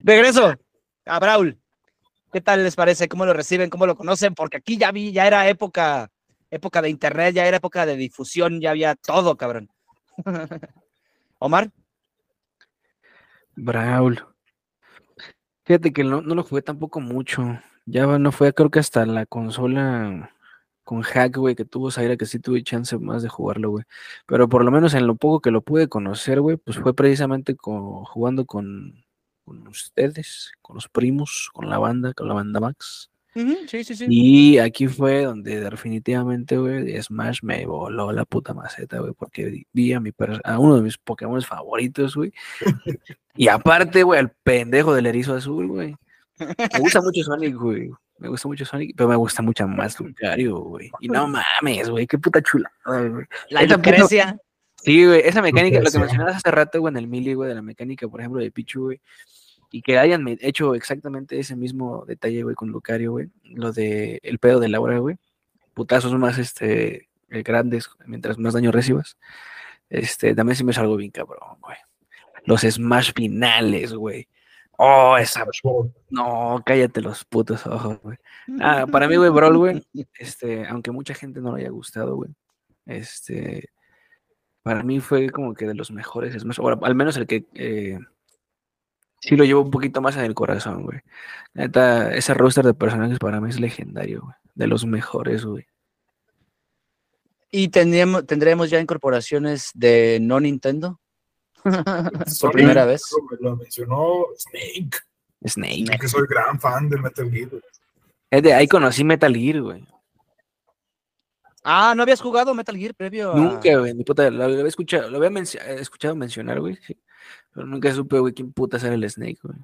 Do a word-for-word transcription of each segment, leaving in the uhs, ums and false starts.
Regreso a Brawl. ¿Qué tal les parece? ¿Cómo lo reciben? ¿Cómo lo conocen? Porque aquí ya vi, ya era época, época de internet, ya era época de difusión, ya había todo, cabrón. Omar. Brawl. Fíjate que no, no lo jugué tampoco mucho. Ya no fue, creo que hasta la consola con hack, güey, que tuvo Zaira, que sí tuve chance más de jugarlo, güey. Pero por lo menos en lo poco que lo pude conocer, güey, pues fue precisamente con, jugando con, con ustedes, con los primos, con la banda, con la banda Max. Uh-huh, sí, sí, sí. Y aquí fue donde definitivamente, güey, Smash me voló la puta maceta, güey, porque vi a, mi a uno de mis Pokémon favoritos, güey. Y aparte, güey, al pendejo del erizo azul, güey. Me gusta mucho Sonic, güey. Me gusta mucho Sonic, pero me gusta mucho más Lucario, güey. Y no mames, güey, qué puta chula, güey. La Esa puta... Lucrecia. Sí, güey, esa mecánica, Lucrecia. lo que mencionabas hace rato, güey, en el Melee, güey, de la mecánica, por ejemplo, de Pichu, güey. Y que hayan hecho exactamente ese mismo detalle, güey, con Lucario, güey. Lo de el pedo de Laura, güey. Putazos más, este, grandes, mientras más daño recibas. Este, también se me hizo algo bien cabrón, güey. Los Smash finales, güey. Oh, esa. No, cállate los putos ojos, güey. Ah, para mí, güey, Brawl, güey, este, aunque mucha gente no le haya gustado, güey, este, para mí fue como que de los mejores Smash, o al menos el que eh, sí lo llevo un poquito más en el corazón, güey. Neta, ese roster de personajes para mí es legendario, güey. De los mejores, güey. Y tendríamos, tendremos ya incorporaciones de no Nintendo. Por Sonic, primera vez. Lo mencionó Snake. Snake. Que soy gran fan de Metal Gear. Es de ahí conocí Metal Gear, güey. Ah, ¿no habías jugado Metal Gear previo a...? Nunca, güey, mi puta, lo había escuchado, lo había menc- escuchado mencionar, güey, sí. Pero nunca supe, güey, quién puta era el Snake, güey.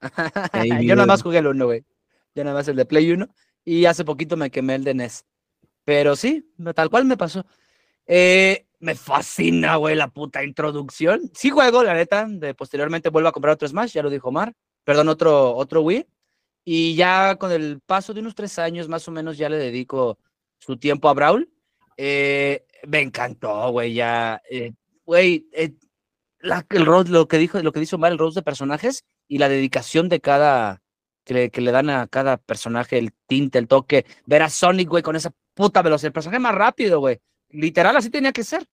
Yo nada más jugué el uno, güey. Yo nada más el de Play uno. Y hace poquito me quemé el de N E S. Pero sí, tal cual me pasó. Eh, me fascina, güey, la puta introducción. Sí juego, la neta. De, posteriormente vuelvo a comprar otro Smash, ya lo dijo Omar. Perdón, otro, otro Wii. Y ya con el paso de unos tres años más o menos ya le dedico su tiempo a Brawl. Eh, me encantó, güey, ya. Eh, güey, eh, la, el rol, lo que dijo, lo que dice Omar, el rol de personajes y la dedicación de cada, que le, que le dan a cada personaje, el tinte, el toque, ver a Sonic, güey, con esa puta velocidad, el personaje más rápido, güey, literal así tenía que ser,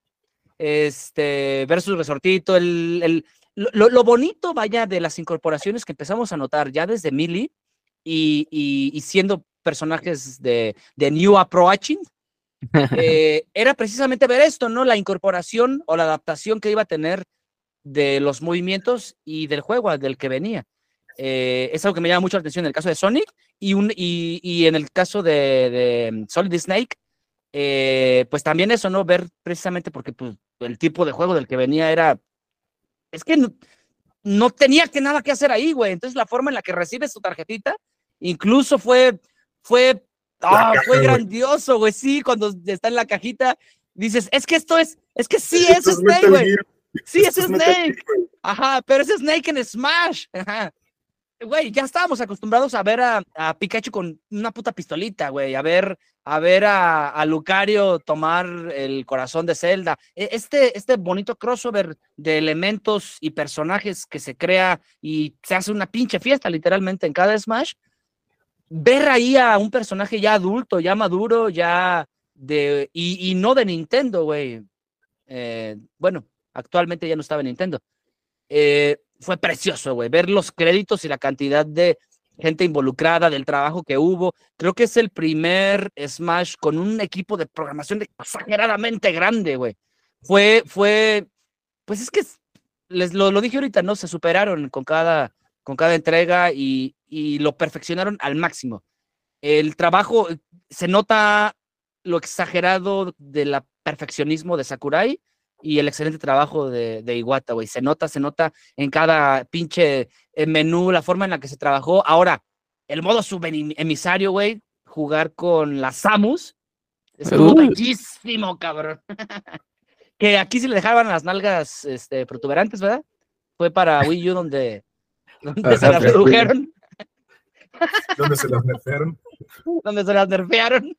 este, ver su resortito, el, el, lo, lo bonito, vaya, de las incorporaciones que empezamos a notar ya desde Melee y, y, y siendo personajes de, de New Approaching, eh, era precisamente ver esto, ¿no? La incorporación o la adaptación que iba a tener de los movimientos y del juego del que venía. Eh, es algo que me llama mucho la atención en el caso de Sonic y, un, y, y en el caso de, de Solid Snake, eh, pues también eso, ¿no? Ver precisamente porque pues, el tipo de juego del que venía era, es que no, no tenía que nada que hacer ahí, güey. Entonces la forma en la que recibes tu tarjetita, incluso fue, fue, ah, caja, fue güey. grandioso, güey. Sí, cuando está en la cajita, dices, es que esto es, es que sí Esto es Snake, Metal güey. Gear. Sí, Esto es es Metal Snake. Gear, güey. Ajá, pero es Snake en Smash. Ajá. Güey, ya estábamos acostumbrados a ver a, a Pikachu con una puta pistolita, güey, a ver, a ver a, a Lucario tomar el corazón de Zelda. E- Este, este bonito crossover de elementos y personajes que se crea y se hace una pinche fiesta literalmente en cada Smash. Ver ahí a un personaje ya adulto, ya maduro, ya de, y, y no de Nintendo, güey. Eh, bueno, actualmente ya no estaba en Nintendo. Eh, fue precioso, güey, ver los créditos y la cantidad de gente involucrada, del trabajo que hubo. Creo que es el primer Smash con un equipo de programación exageradamente grande, güey. Fue, fue, pues es que les lo, lo dije ahorita, ¿no? Se superaron con cada, con cada entrega y, y lo perfeccionaron al máximo. El trabajo, se nota lo exagerado del perfeccionismo de Sakurai y el excelente trabajo de, de Iwata, güey. Se nota, se nota en cada pinche menú, la forma en la que se trabajó. Ahora, el modo subemisario, güey, jugar con las Samus, estuvo Uy. bellísimo, cabrón. Que aquí sí le dejaban las nalgas este, protuberantes, ¿verdad? Fue para Wii U donde, donde Ajá, se las pero- redujeron, Donde se las nerfearon. donde se las nerfearon.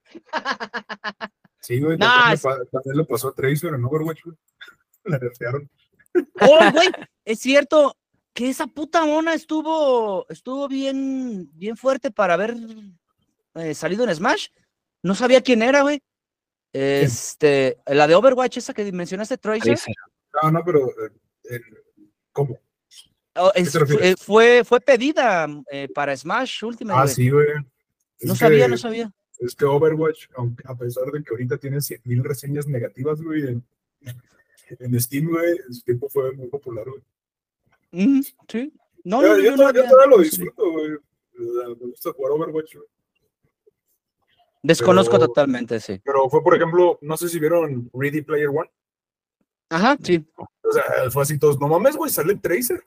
Sí, güey. No, También, es- le pa- también le pasó a Tracer en Overwatch, güey. La nerfearon. ¡Oh, güey! Es cierto. que esa puta mona estuvo, estuvo bien, bien fuerte para haber eh, salido en Smash. No sabía quién era, güey. Este, la de Overwatch, esa que mencionaste, Tracer. Tracer. No, no, pero eh, eh, ¿cómo? Oh, ¿Qué es- te fue, refieres? fue, fue pedida eh, para Smash Ultimate, Ah, güey. sí, güey. No Es sabía, que, no sabía. es que Overwatch, aunque, a pesar de que ahorita tiene cien mil reseñas negativas, güey, en, en Steam, güey, en su tiempo fue muy popular, güey. Mm, sí. No, no, Yo, no, yo yo no todavía, yo había. todavía lo No sabía. disfruto, güey. O sea, me gusta jugar Overwatch, güey. Desconozco Pero, totalmente, sí. pero fue, por ejemplo, no sé si vieron Ready Player One. Ajá, sí. O sea, fue así todos, no mames, güey, sale Tracer.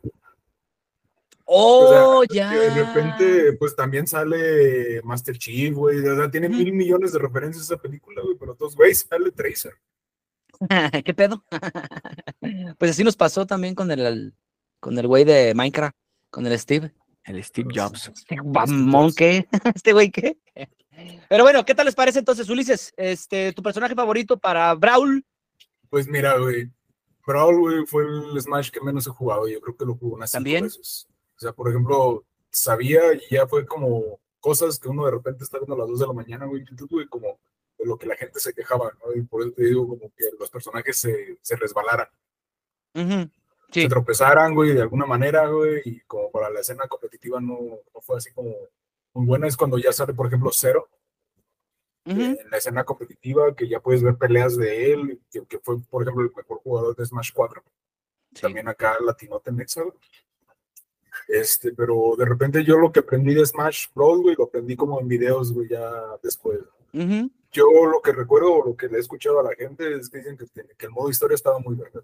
O sea, Oh, que de ya. repente, pues también sale Master Chief, güey. O sea, tiene Ujú. mil millones de referencias esa película, güey, pero todos, güey, sale Tracer. ¿Qué pedo? Pues así nos pasó también con el, con el güey de Minecraft, con el Steve. El Steve Jobs. Este mamón, ¿qué? ¿Este güey qué? Pero bueno, ¿qué tal les parece entonces, Ulises? Este, tu personaje favorito para Brawl. Pues mira, güey, Brawl, güey, fue el Smash que menos he jugado. Yo creo que lo jugué unas cinco También. veces. O sea, por ejemplo, sabía y ya fue como cosas que uno de repente está viendo a las dos de la mañana, güey, en YouTube, güey, como de lo que la gente se quejaba, ¿no? Y por eso te digo, como que los personajes se, se resbalaran, Ujú, se sí. tropezaran, güey, de alguna manera, güey, y como para la escena competitiva no, no fue así como muy buena. Es cuando ya sale, por ejemplo, Zero, Ujú, en la escena competitiva, que ya puedes ver peleas de él, que, que fue, por ejemplo, el mejor jugador de Smash cuatro. sí. También acá Latinote en Nexa, güey. Este, pero de repente yo lo que aprendí de Smash Bros, güey, lo aprendí como en videos, güey, ya después. Ujú. Yo lo que recuerdo, o lo que le he escuchado a la gente, es que dicen que, que el modo historia estaba muy verde.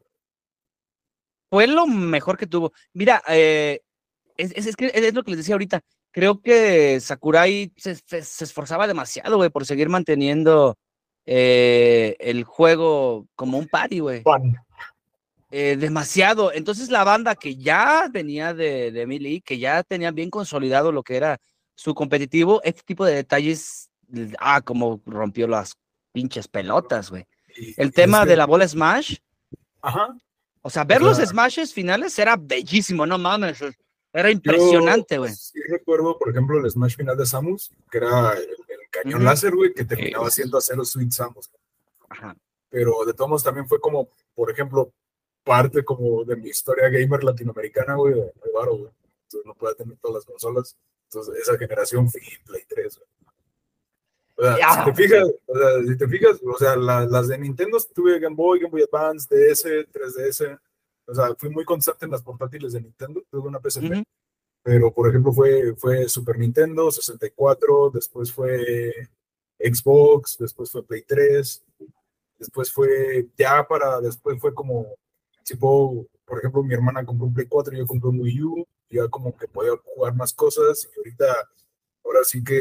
Fue lo mejor que tuvo. Mira, eh, es, es, es que es lo que les decía ahorita. Creo que Sakurai se, se- se esforzaba demasiado, güey, por seguir manteniendo eh, el juego como un party, güey. Pan. Eh, demasiado. Entonces la banda que ya venía de, de Melee, que ya tenían bien consolidado lo que era su competitivo, este tipo de detalles, ah, como rompió las pinches pelotas, güey. Y, El y es tema que, de la bola Smash, ajá, o sea, o ver los sea, Smashes finales era bellísimo, no mames, era yo impresionante, güey. sí recuerdo, por ejemplo, el Smash final de Samus, que era el, el cañón Ujú. láser, güey, que terminaba siendo hacer los Sweet Samus. Ajá. Pero de todos modos también fue como, por ejemplo, parte como de mi historia gamer latinoamericana, güey, de de varo, güey. Entonces no puede tener todas las consolas. Entonces esa generación fue Play tres, güey. O sea, si Ah, te fijas, sí. o sea, si te fijas, o sea, la- las de Nintendo tuve Game Boy, Game Boy Advance, D S, tres D S. O sea, fui muy constante en las portátiles de Nintendo, tuve una P S P. Ujú. Pero por ejemplo fue, fue Super Nintendo, sesenta y cuatro, después fue Xbox, después fue Play tres, después fue, ya para, después fue como, tipo, por ejemplo, mi hermana compró un Play cuatro y yo compré un Wii U, ya como que podía jugar más cosas, y ahorita, ahora sí que,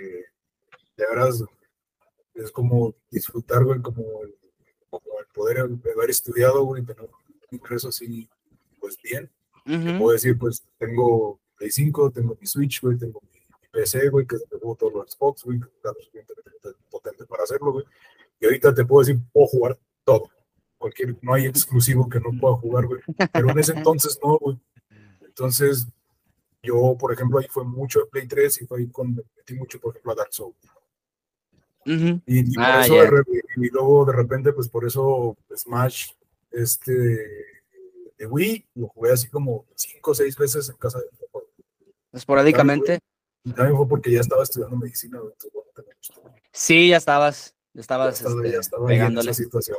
de veras, es como disfrutar, güey, como el, como el poder haber estudiado, güey, tener un ingreso así, pues bien. Te Ujú. puedo decir, pues, tengo Play cinco, tengo mi Switch, güey, tengo mi, mi P C, güey, que tengo todos los Xbox, güey, que está lo suficientemente potente para hacerlo, güey. Y ahorita te puedo decir, puedo jugar todo. Cualquier, no hay exclusivo que no pueda jugar, güey. Pero en ese entonces no, güey. Entonces, yo, por ejemplo, ahí fue mucho de Play tres y fue ahí con, me metí mucho, por ejemplo, a Dark Souls. Ujú. Y, y por Ah, eso, de ya. re- y luego de repente, pues por eso Smash, este, de Wii, lo jugué así como cinco o seis veces en casa de mi papá. También fue, Esporádicamente. también fue porque ya estaba estudiando medicina, güey, entonces, bueno, también, pues, Sí, ya estabas, ya ya estabas, estaba, ya este, estaba ahí en esa pegándole. situación.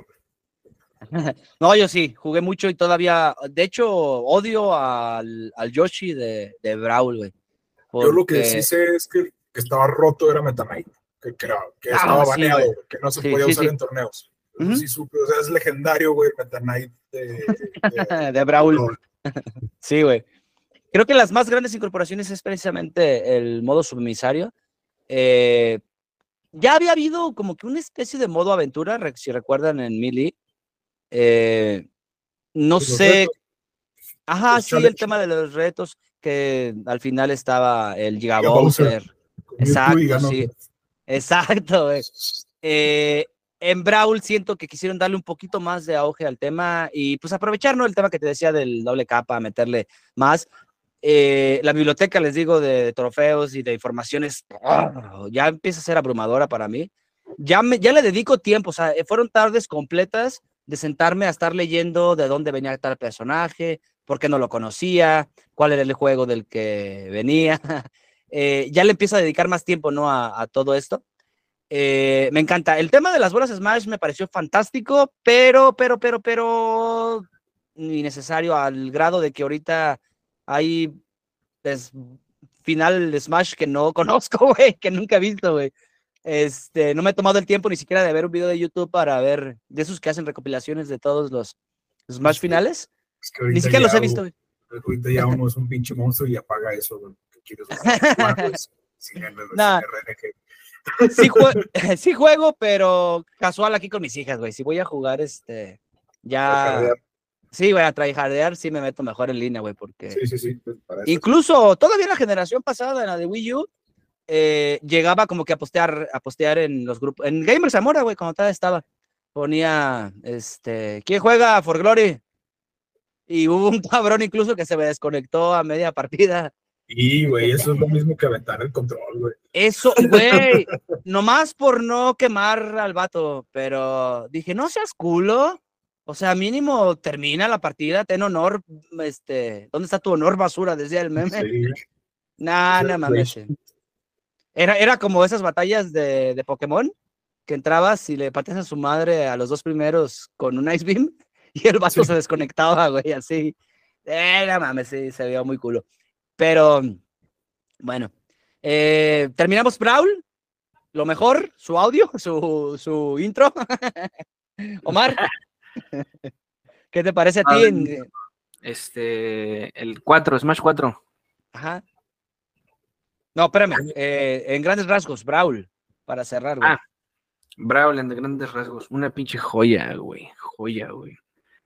No, yo sí, jugué mucho y todavía, de hecho, odio al, al Yoshi de, de Brawl, güey. Yo lo que sí Porque, sé es que, que estaba roto era Meta Knight, que, que, era- que ah, estaba sí, baneado, güey. güey, que no se Sí, podía sí, usar sí. en torneos. Eso Ujú. sí supe, o sea, es legendario, güey, el Meta Knight de, de, De de Brawl. LOL. Sí, güey. Creo que las más grandes incorporaciones es precisamente el modo submisario. Eh, ya había habido como que una especie de modo aventura, re- si recuerdan en Melee. Eh, no Los sé. retos, Ajá, los sí, el challenge, tema de los retos, que al final estaba el Giga Giga Bowser, Bowser. con Mewtwo y Exacto, ganó. sí. Exacto, güey. Eh, en Brawl siento que quisieron darle un poquito más de auge al tema y pues aprovechar, ¿no? El tema que te decía del doble capa, meterle más. Eh, la biblioteca, les digo, de, de trofeos y de informaciones, oh, ya empieza a ser abrumadora para mí. Ya, me, ya le dedico tiempo, o sea, fueron tardes completas de sentarme a estar leyendo de dónde venía tal personaje, por qué no lo conocía, cuál era el juego del que venía. Eh, ya le empiezo a dedicar más tiempo, ¿no? A, a todo esto. Eh, me encanta. El tema de las bolas Smash me pareció fantástico, pero, pero, pero, pero innecesario al grado de que ahorita hay pues, final de Smash que no conozco, güey, que nunca he visto, güey. Este, no me he tomado el tiempo ni siquiera de ver un video de YouTube para ver de esos que hacen recopilaciones de todos los Smash es que, finales. Es que ni siquiera los he visto, güey. Ahorita ya uno es un pinche monstruo y apaga eso, güey. ¿Qué quieres jugar, pues, sin R N G? Sí, jue sí juego, pero casual aquí con mis hijas, güey. Si voy a jugar, este, ya... Sí, güey, a tryhardear sí me meto mejor en línea, güey, porque... Sí, sí, sí. Pues para eso incluso sí. Todavía la generación pasada, en la de Wii U, eh, llegaba como que a postear, a postear en los grupos, en Gamer Zamora, güey, cuando todavía estaba. Ponía, este, ¿quién juega For Glory? Y hubo un cabrón incluso que se me desconectó a media partida. Y, güey, eso es lo mismo que aventar el control, güey. Eso, güey, nomás por no quemar al vato, pero dije, no seas culo, o sea, mínimo termina la partida, ten honor, este, ¿dónde está tu honor, basura? Decía el meme. Sí. Nah, no mames. Era, era como esas batallas de, de Pokémon, que entrabas y le pateas a su madre a los dos primeros con un Ice Beam, y el vato sí. se desconectaba, güey, así. Eh, no mames, sí, se veía muy culo. Pero, bueno, eh, terminamos Brawl, lo mejor, su audio, su, su intro. Omar, ¿qué te parece a ti? Ah, En... Este, el cuatro, Smash cuatro. Ajá. No, espérame, eh, en grandes rasgos, Brawl, para cerrar, güey. Ah, Brawl en grandes rasgos, una pinche joya, güey, joya, güey.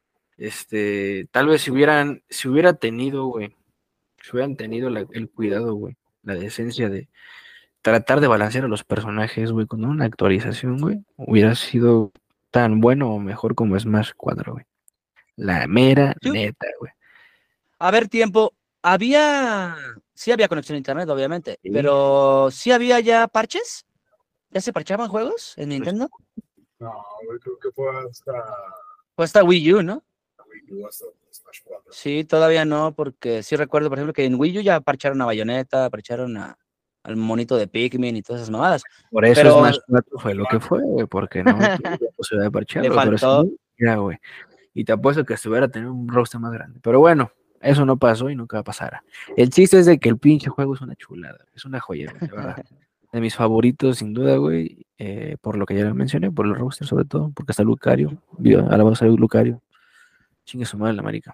Este, tal vez si hubieran, si hubiera tenido, güey, si hubieran tenido la, el cuidado, güey, la decencia de tratar de balancear a los personajes, güey, con una actualización, güey, hubiera sido tan bueno o mejor como Smash cuatro, güey. La mera ¿sí? Neta, güey. A ver, tiempo, había, sí había conexión a internet, obviamente, sí. Pero ¿sí había ya parches? ¿Ya se parchaban juegos en Nintendo? No, güey, creo que fue hasta... Fue hasta Wii U, ¿no? Wii U, hasta Smash cuatro. Sí, todavía no, porque sí recuerdo, por ejemplo, que en Wii U ya parcharon a Bayonetta, parcharon a, al monito de Pikmin y todas esas mamadas. Por eso pero... Smash cuatro fue lo que fue, güey, porque no tuvo la posibilidad de parcharlo. Le faltó. Pero sí, ya, güey. Y te apuesto que estuviera teniendo un roster más grande. Pero bueno, eso no pasó y nunca pasará. El chiste es de que el pinche juego es una chulada, es una joya, de verdad. De mis favoritos, sin duda, güey, eh, por lo que ya mencioné, por el roster sobre todo, porque está Lucario, alabado sea Lucario, chingue su madre la marica.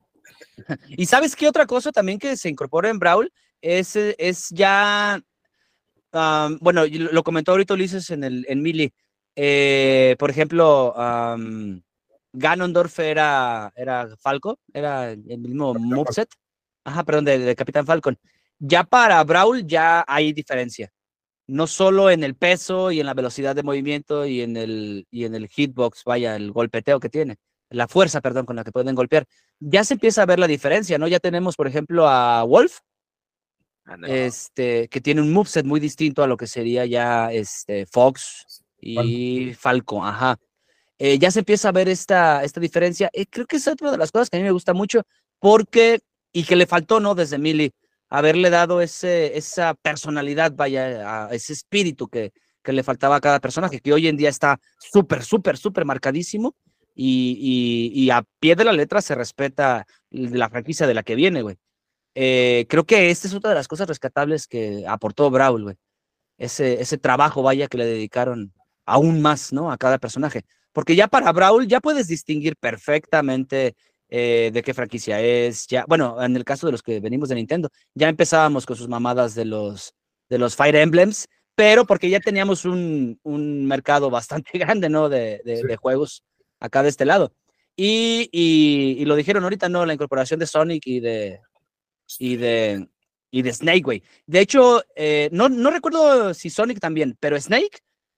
Y ¿sabes qué otra cosa también que se incorpora en Brawl? Es, es ya, um, bueno, lo comentó ahorita Ulises en, el, en Melee, eh, por ejemplo, um, Ganondorf era, era Falco, era el mismo moveset, ajá, perdón, de, de Capitán Falcon. Ya para Brawl ya hay diferencia. No solo en el peso y en la velocidad de movimiento y en el, y en el hitbox, vaya, el golpeteo que tiene, la fuerza, perdón, con la que pueden golpear. Ya se empieza a ver la diferencia, ¿no? Ya tenemos, por ejemplo, a Wolf, no. este, que tiene un moveset muy distinto a lo que sería ya este, Fox y Falco, ajá. Eh, ya se empieza a ver esta, esta diferencia. Eh, creo que es otra de las cosas que a mí me gusta mucho, porque, y que le faltó, ¿no? Desde Melee, haberle dado ese, esa personalidad, vaya, a ese espíritu que, que le faltaba a cada personaje, que hoy en día está súper, súper, súper marcadísimo y, y, y a pie de la letra se respeta la franquicia de la que viene, güey. Eh, creo que esta es otra de las cosas rescatables que aportó Brawl, güey. Ese, ese trabajo, vaya, que le dedicaron aún más, ¿no? A cada personaje. Porque ya para Brawl ya puedes distinguir perfectamente Eh, de qué franquicia es, ya, bueno, en el caso de los que venimos de Nintendo, ya empezábamos con sus mamadas de los, de los Fire Emblems, pero porque ya teníamos un, un mercado bastante grande, ¿no? De, de, sí. de juegos acá de este lado. Y, y, y lo dijeron ahorita, ¿no? La incorporación de Sonic y de, y de, y de Snake, güey. De hecho, eh, no, no recuerdo si Sonic también, pero Snake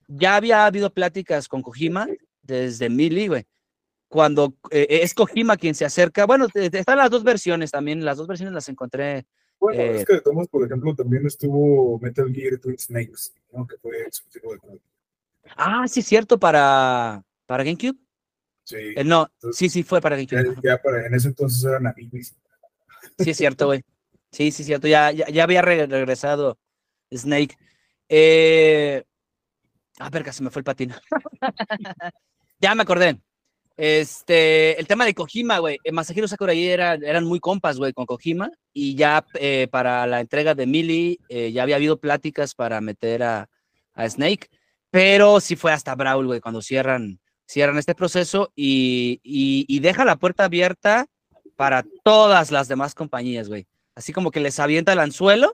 ya había habido pláticas con Kojima desde Melee, güey. Cuando eh, es Kojima quien se acerca, bueno, están las dos versiones también, las dos versiones las encontré. Bueno, eh, es que de todos, por ejemplo, también estuvo Metal Gear Twin Snakes, ¿no? Que fue exclusivo de Call. Ah, sí, cierto, para, para GameCube. Sí. Eh, no, Entonces, sí, sí, fue para ya, GameCube. ya para, en ese entonces eran amigos. Sí, es cierto, güey. Sí, sí, cierto, ya, ya, ya había re regresado Snake. Eh... Ah, verga, se me fue el patín. Ya me acordé. Este, el tema de Kojima, güey. Masahiro Sakurai era, eran muy compas, güey, con Kojima. Y ya eh, para la entrega de Melee eh, ya había habido pláticas para meter a, a Snake. Pero sí fue hasta Brawl, güey, cuando cierran, cierran este proceso y, y, y deja la puerta abierta para todas las demás compañías, güey. Así como que les avienta el anzuelo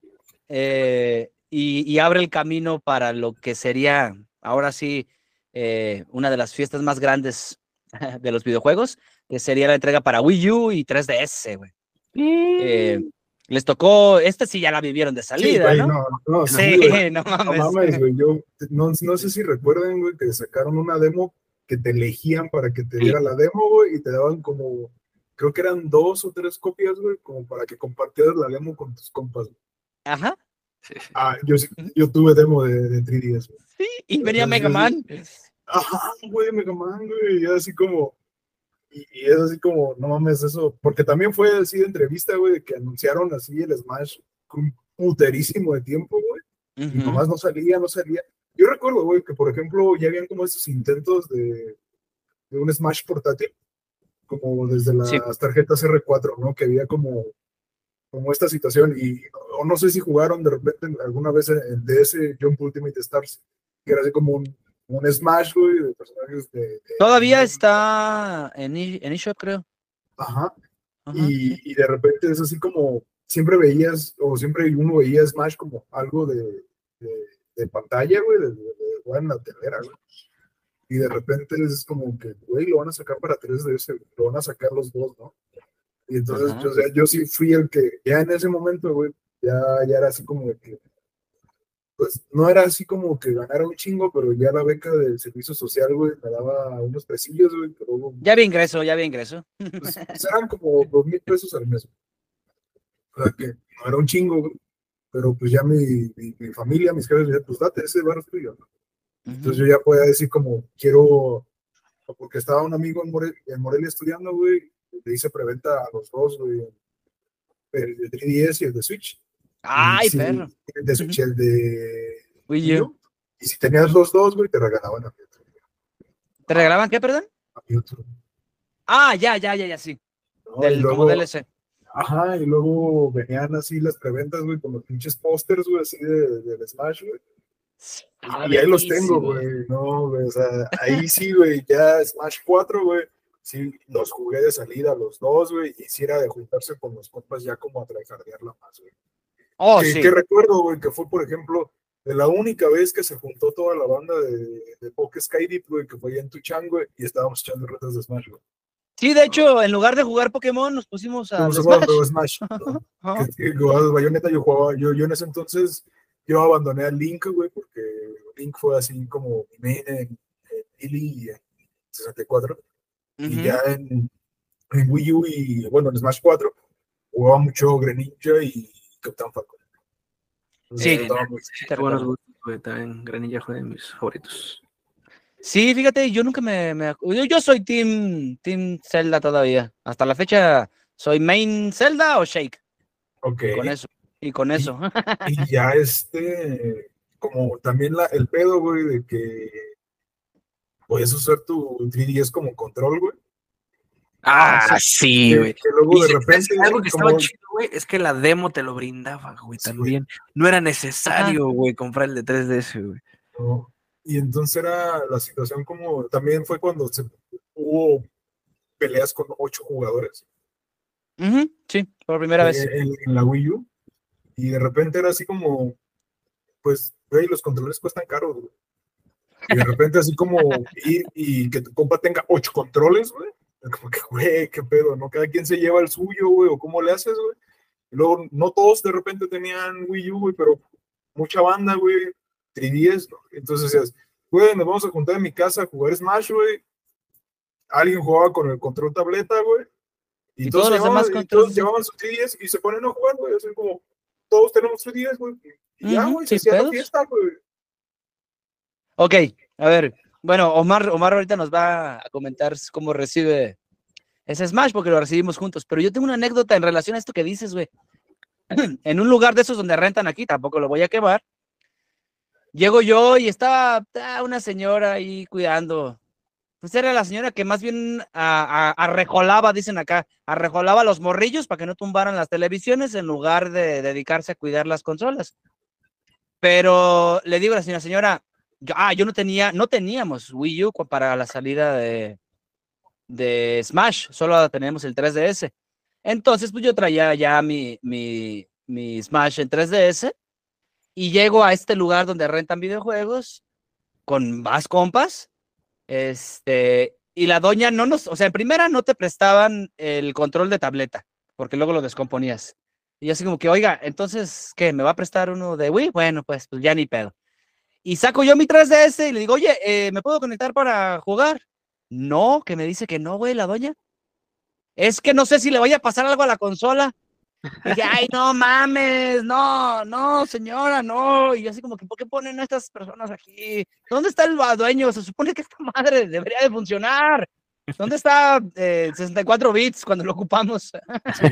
eh, y, y abre el camino para lo que sería, ahora sí, eh, una de las fiestas más grandes de los videojuegos, que sería la entrega para Wii U y tres D S, güey. Eh, les tocó, esta sí ya la vivieron de salida, sí, güey, ¿no? no, no, Sí, sí, güey. no No mames. mames, güey. Yo no, no sé si recuerden, güey, que sacaron una demo que te elegían para que te diera la demo, güey, y te daban como, creo que eran dos o tres copias, güey, como para que compartieras la demo con tus compas, güey. Ajá. Sí, sí. Ah, yo, yo tuve demo de, de tres D S, güey. Sí, y venía Mega Man. Ajá, güey, Mega Man, güey, y así como, y, y es así como, no mames, eso, porque también fue así de entrevista, güey, que anunciaron así el Smash con un puterísimo de tiempo, güey, Uh y -huh. nomás no salía, no salía. Yo recuerdo, güey, que por ejemplo ya habían como estos intentos de, de un Smash portátil, como desde las sí. tarjetas R cuatro, ¿no? Que había como, como esta situación, y o no sé si jugaron de repente alguna vez en D S Jump Ultimate Stars, que era así como un, un Smash, güey, de personajes de... de Todavía de, está en, en eShop, creo. Ajá. Ajá y, sí. y de repente es así como, siempre veías, o siempre uno veía Smash como algo de, de, de pantalla, güey, de, de, de jugar en la telera, güey. Y de repente es como que, güey, lo van a sacar para tres D S, lo van a sacar los dos, ¿no? Y entonces, yo, o sea, yo sí fui el que, ya en ese momento, güey, ya, ya era así como de que, pues, no era así como que ganara un chingo, pero ya la beca del servicio social, güey, me daba unos pesillos, güey, pero... Ya había ingreso, ya había ingreso. Pues, pues eran como dos mil pesos al mes. O sea, que no era un chingo, güey, pero pues ya mi, mi, mi familia, mis jefes, decían, pues date ese barro tuyo, ¿no? Uh -huh. Entonces yo ya podía decir como, quiero, porque estaba un amigo en, Morel, en Morelia estudiando, güey, le hice preventa a los dos, güey, el de tres D S y el de Switch. ¡Ay, y si, perro! El de Switch y el de Wii U. Y si tenías los dos, güey, te regalaban a YouTube. ¿Te regalaban qué, perdón? A YouTube. Ah, ya, ya, ya, ya, sí. ¿No? Del, luego, como D L C. Ajá, y luego venían así las preventas, güey, con los pinches pósters, güey, así de, de, de Smash, güey. Ah, y ahí los tengo, güey, no, güey, o sea, ahí sí, güey, ya Smash cuatro, güey, sí, los jugué de salida los dos, güey, y sí era de juntarse con los compas ya como a tryhardearla más, güey. Oh, que, sí. que recuerdo, güey, que fue, por ejemplo, de la única vez que se juntó toda la banda de, de Poké Skydeep, güey, que fue allá en Tuchan, güey, y estábamos echando retas de Smash, güey. Sí, de hecho, en lugar de jugar Pokémon, nos pusimos a Smash. Smash ¿no? que, que, Bayonetta yo jugaba, yo, yo en ese entonces, yo abandoné a Link, güey, porque Link fue así como mi main en Melee y en sesenta y cuatro, uh-huh. Y ya en, en Wii U y, bueno, en Smash cuatro, jugaba mucho Greninja y Captain Falcon. Sí, muy... te buenos gustos, güey, también Greninja fue de mis favoritos. Sí, fíjate, yo nunca me... me yo, yo soy team, team Zelda todavía. Hasta la fecha, ¿soy main Zelda o Shake? Ok. Y con eso. Y con eso. Y, y ya este, como también la, el pedo, güey, de que puedes usar tu tres D S como control, güey. Ah, sí, güey. Que, que luego de repente... Algo que como... estaba chido, güey, es que la demo te lo brindaba, güey, sí, también. Güey. No era necesario, güey, comprar el de tres D S, güey. No. Y entonces era la situación como... También fue cuando se hubo peleas con ocho jugadores. Uh-huh, sí, por primera en, vez. En, en la Wii U. Y de repente era así como... Pues, güey, los controles cuestan caros, güey. Y de repente así como ir y que tu compa tenga ocho controles, güey. Como que, güey, qué pedo, ¿no? Cada quien se lleva el suyo, güey, o cómo le haces, güey. Y luego, no todos de repente tenían Wii U, güey, pero mucha banda, güey, tres D S, ¿no? Entonces decías, güey, nos vamos a juntar en mi casa a jugar Smash, güey. Alguien jugaba con el control tableta, güey. Y, Y, todos todos, los llevaban, demás y todos controles. llevaban sus tres D S y se ponen a jugar, güey. Así como, todos tenemos tres D S, güey. Y ya, Ujú, güey, se sin hacía la pedos. fiesta, güey. Ok, a ver. Bueno, Omar, Omar ahorita nos va a comentar cómo recibe ese Smash, porque lo recibimos juntos. Pero yo tengo una anécdota en relación a esto que dices, güey. En un lugar de esos donde rentan aquí, tampoco lo voy a quemar. Llego yo y estaba ah, una señora ahí cuidando. Pues era la señora que más bien a, a, arrejolaba, dicen acá, arrejolaba los morrillos para que no tumbaran las televisiones en lugar de dedicarse a cuidar las consolas. Pero le digo a la señora, señora, yo, ah, yo no tenía, no teníamos Wii U para la salida de, de Smash, solo teníamos el tres D S. Entonces, pues yo traía ya mi, mi, mi Smash en tres D S y llego a este lugar donde rentan videojuegos con más compas. Este, y la doña no nos, o sea, en primera no te prestaban el control de tableta, porque luego lo descomponías. Y así como que, oiga, entonces, ¿qué? ¿Me va a prestar uno de Wii? Bueno, pues, pues ya ni pedo. Y saco yo mi tres D S y le digo, oye, eh, ¿me puedo conectar para jugar? No, que me dice que no, güey, la doña. Es que no sé si le vaya a pasar algo a la consola. Y dije, ay, no mames, no, no, señora, no. Y yo así como que, ¿por qué ponen a estas personas aquí? ¿Dónde está el dueño? Se supone que esta madre debería de funcionar. ¿Dónde está eh, sesenta y cuatro bits cuando lo ocupamos? Sí.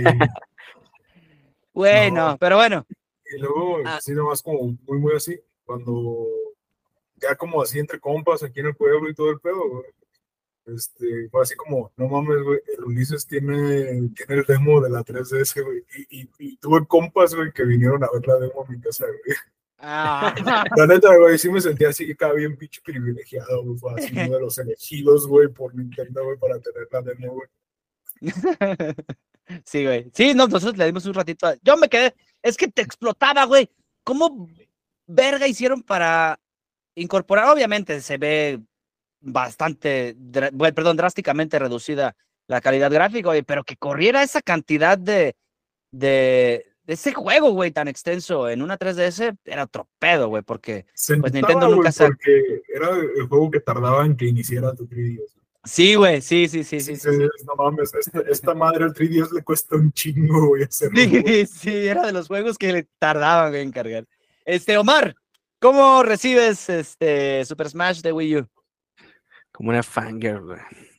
Bueno, No. pero bueno. Y luego, Ah. sí, nomás como muy, muy así, cuando ya como así entre compas aquí en el pueblo y todo el pedo, güey. Este, fue así como, no mames, güey, el Ulises tiene, tiene el demo de la tres D S, güey, y, y, y tuve compas, güey, que vinieron a ver la demo a mi casa, güey. Ah. La neta, güey, sí me sentía así, cada bien pinche privilegiado, güey, fue así uno de los elegidos, güey, por Nintendo, güey, para tener la demo, güey. Sí, güey. Sí, no, nosotros le dimos un ratito. A... Yo me quedé, es que te explotaba, güey. ¿Cómo verga hicieron para incorporar? Obviamente se ve bastante, bueno, perdón, drásticamente reducida la calidad gráfica, güey, pero que corriera esa cantidad de, de, de ese juego, güey, tan extenso en una tres D S, era otro pedo, güey, porque Se pues notaba, Nintendo nunca güey, sacó. porque era el juego que tardaba en que iniciara tu tres D S. Sí, güey, sí, sí, sí, sí, Sí, sí, sí. no mames, esta, esta madre al tres D S le cuesta un chingo, güey, hacerlo. Sí, güey. sí, era de los juegos que le tardaban, güey, en cargar. Este, Omar, ¿cómo recibes este Super Smash de Wii U? Como una fangirl, güey.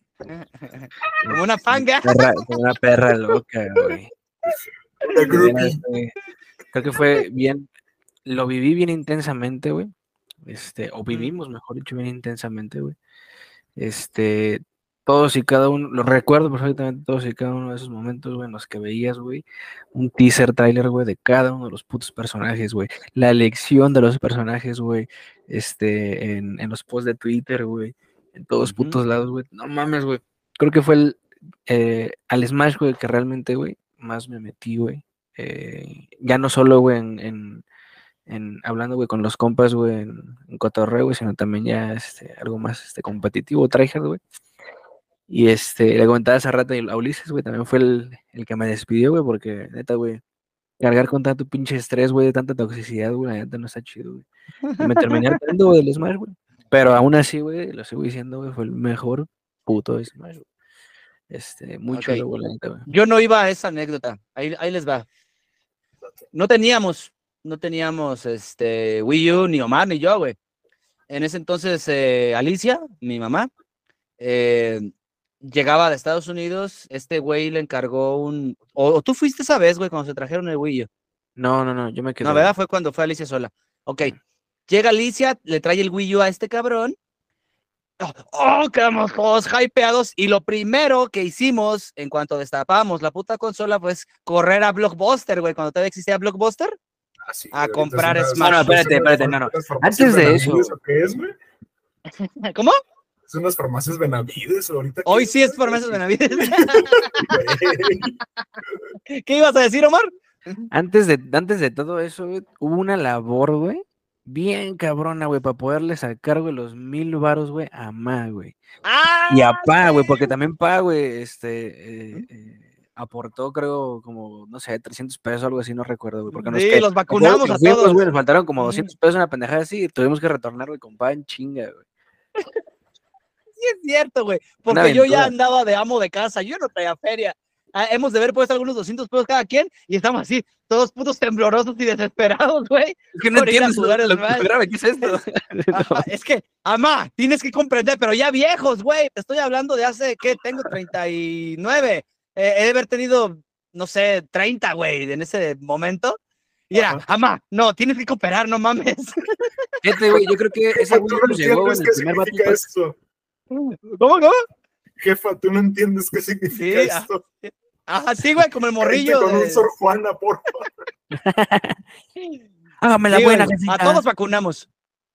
Como una fanga. Perra, como una perra loca, güey. Una groupie. Creo que fue bien, lo viví bien intensamente, güey. Este, o vivimos, mejor dicho, bien intensamente, güey. Este, todos y cada uno, lo recuerdo perfectamente, todos y cada uno de esos momentos, güey, en los que veías, güey, un teaser trailer, güey, de cada uno de los putos personajes, güey. La elección de los personajes, güey, este, en, en los posts de Twitter, güey, en todos Ujú. putos lados, güey. No mames, güey. Creo que fue el, eh, al Smash, güey, que realmente, güey, más me metí, güey. Eh, ya no solo, güey, en, en, en hablando, güey, con los compas, güey, en, en cotorreo, güey, sino también ya este, algo más este, competitivo, tryhard, güey. Y este, le comentaba hace rato a Ulises, güey, también fue el, el que me despidió, güey, porque neta, güey, cargar con tanto pinche estrés, güey, de tanta toxicidad, güey, la neta no está chido, güey. Y me terminé hartando, güey, del Smash, güey. Pero aún así, güey, lo sigo diciendo, güey, fue el mejor puto Smash, güey. Este, muy Ok. chulo, güey, la neta, güey. Yo no iba a esa anécdota. Ahí, ahí les va. No teníamos, no teníamos este Wii U, ni Omar, ni yo, güey. En ese entonces, eh, Alicia, mi mamá, eh, llegaba de Estados Unidos. Este güey le encargó un. O, o tú fuiste esa vez, güey, cuando se trajeron el Wii U. No, no, no, yo me quedé. No, ¿verdad? Fue cuando fue Alicia sola. Ok. Llega Alicia, le trae el Wii U a este cabrón. Oh, oh, quedamos todos hypeados. Y lo primero que hicimos en cuanto destapamos la puta consola fue correr a Blockbuster, güey, cuando todavía existía Blockbuster, Ah, sí, a güey, comprar entonces, Smash. No, no, espérate, ¿es unas espérate, no, no. farmacias- farmacias Antes de eso. Benavides o qué es, güey? ¿Cómo? ¿Es unas farmacias Benavides ahorita? Hoy qué sí es güey? farmacias Benavides. Güey. ¿Qué ibas a decir, Omar? Antes de, antes de todo eso, güey, hubo una labor, güey, bien cabrona, güey, para poderle sacar, güey, los mil varos, güey, a Ma, güey. ¡Ah! Y a Pa, güey, sí! porque también Pa, güey, este, eh, eh, aportó, creo, como, no sé, trescientos pesos o algo así, no recuerdo, güey. Porque nos Sí, que- los vacunamos a fuimos, todos. güey, nos faltaron como Ujú. doscientos pesos, una pendejada así, y tuvimos que retornar, güey, con pan chinga, güey. Sí es cierto, güey, Una porque yo ya aventura. andaba de amo de casa, yo no traía feria. Ah, hemos de haber puesto algunos doscientos pesos cada quien y estamos así, todos putos temblorosos y desesperados, güey. Es que no por ir a entiendes lo, jugar lo, Smash. espérame, ¿qué es esto? Ajá, es que, amá, tienes que comprender, pero ya viejos, güey. Te estoy hablando de hace, ¿qué? Tengo treinta y nueve. Eh, he de haber tenido, no sé, treinta, güey, en ese momento. Y era, Ajá. amá, no, tienes que cooperar, no mames. Fíjate, güey, yo creo que ese Jefa, güey tú no nos llegó en entiendes el qué primer Battle significa Pass. esto. ¿Cómo, cómo? Jefa, tú no entiendes qué significa Sí, ah, esto. ajá, sí, güey, como el Vente morrillo. con un de- Sor Juana, por favor. Hágame la Sí, buena, güey, a jefita. todos vacunamos.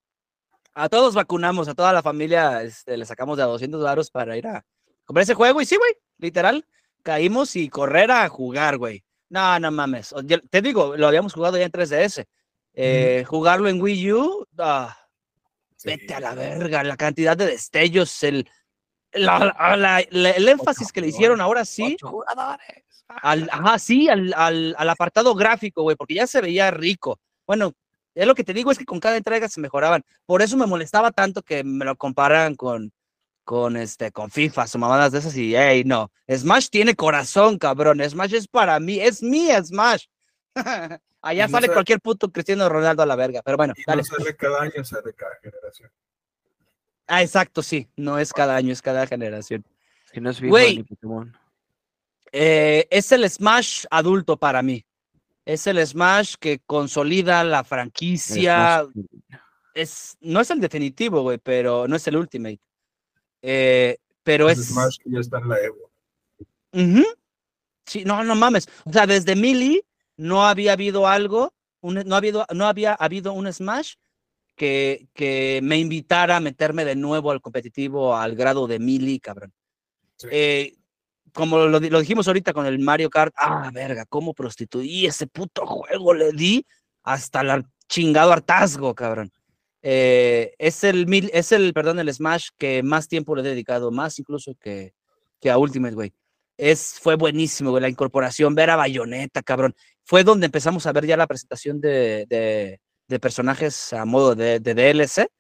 A todos vacunamos, a toda la familia este, le sacamos de a doscientos varos para ir a comprar ese juego. Y sí, güey, literal, caímos y correr a jugar, güey. No, no mames. O- yo- Te digo, lo habíamos jugado ya en tres D S. Eh, Jugarlo en Wii U, ah, Sí. vete a la verga. La cantidad de destellos, el, la- la- la- la- el énfasis que le hicieron ahora sí. Ocho jugadores. Al, ajá, sí, al, al, al apartado gráfico, güey, porque ya se veía rico. Bueno, es lo que te digo, es que con cada entrega se mejoraban. Por eso me molestaba tanto que me lo comparan con, con, este, con FIFA o mamadas de esas y, hey, no. Smash tiene corazón, cabrón. Smash es para mí, es mi Smash. Allá Y no sale sé- cualquier puto Cristiano Ronaldo a la verga, pero bueno, Y dale. no sale cada año, sale cada generación. Ah, exacto, sí. No es cada año, es cada generación. Si no es FIFA Güey. ni Pokémon. Eh, es el Smash adulto para mí. Es el Smash que consolida la franquicia. Smash. Es, no es el definitivo, güey, pero no es el Ultimate. Eh, pero Es es. Smash que ya está en la Evo. Ujú. Sí, no, no mames. O sea, desde Melee no había habido algo, un- no, ha habido, no había habido un Smash que, que me invitara a meterme de nuevo al competitivo al grado de Melee, cabrón. Sí. Eh, como lo, lo dijimos ahorita con el Mario Kart, ah, verga, cómo prostituí ese puto juego, le di hasta el chingado hartazgo, cabrón. Eh, es el mil, es el, perdón, el Smash que más tiempo le he dedicado, más incluso que, que a Ultimate, güey. Es, fue buenísimo, güey, la incorporación, ver a Bayonetta, cabrón. Fue donde empezamos a ver ya la presentación de, de, de personajes a modo de, de D L C,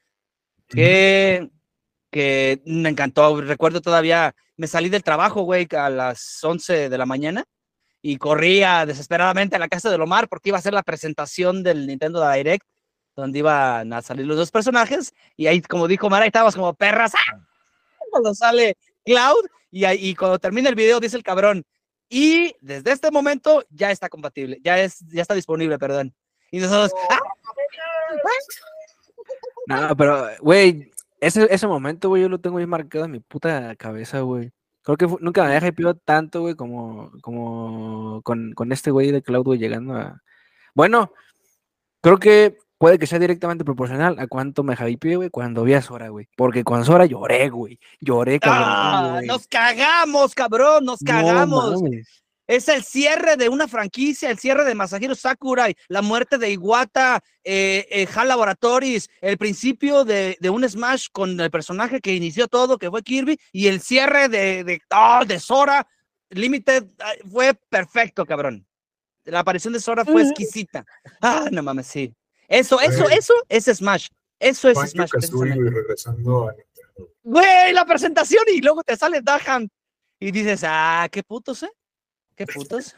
que, que me encantó. Recuerdo todavía, me salí del trabajo, güey, a las once de la mañana y corría desesperadamente a la casa de Omar porque iba a ser la presentación del Nintendo Direct, donde iban a salir los dos personajes, y ahí, como dijo Omar, ahí estábamos como perras, ¡ah! Cuando sale Cloud, y, ahí, y cuando termina el video dice el cabrón, y desde este momento ya está compatible, ya, es, ya está disponible, perdón. Y nosotros, ¡ah! No, pero, güey, ese, ese momento, güey, yo lo tengo bien marcado en mi puta cabeza, güey. Creo que fu- nunca me había hypeado tanto, güey, como, como con, con este güey de Cloud, güey, llegando a... Bueno, creo que puede que sea directamente proporcional a cuánto me hypeé, güey, cuando vi a Sora, güey. Porque con Sora lloré, güey. Lloré, cabrón. ¡Ah! güey. Nos cagamos, cabrón, nos No cagamos. mames. Es el cierre de una franquicia, el cierre de Masahiro Sakurai, la muerte de Iwata, eh, eh, HAL Laboratories, el principio de, de un Smash con el personaje que inició todo, que fue Kirby, y el cierre de, de, oh, de Sora Limited fue perfecto, cabrón. La aparición de Sora fue exquisita. Ah, no mames, sí. Eso, eso, Güey. eso es Smash. Eso es Banjo Smash, Kazooie, precisamente. güey, regresando a Nintendo. Güey, la presentación y luego te sale Dahan y dices, ah, qué putos, ¿eh? Qué putos.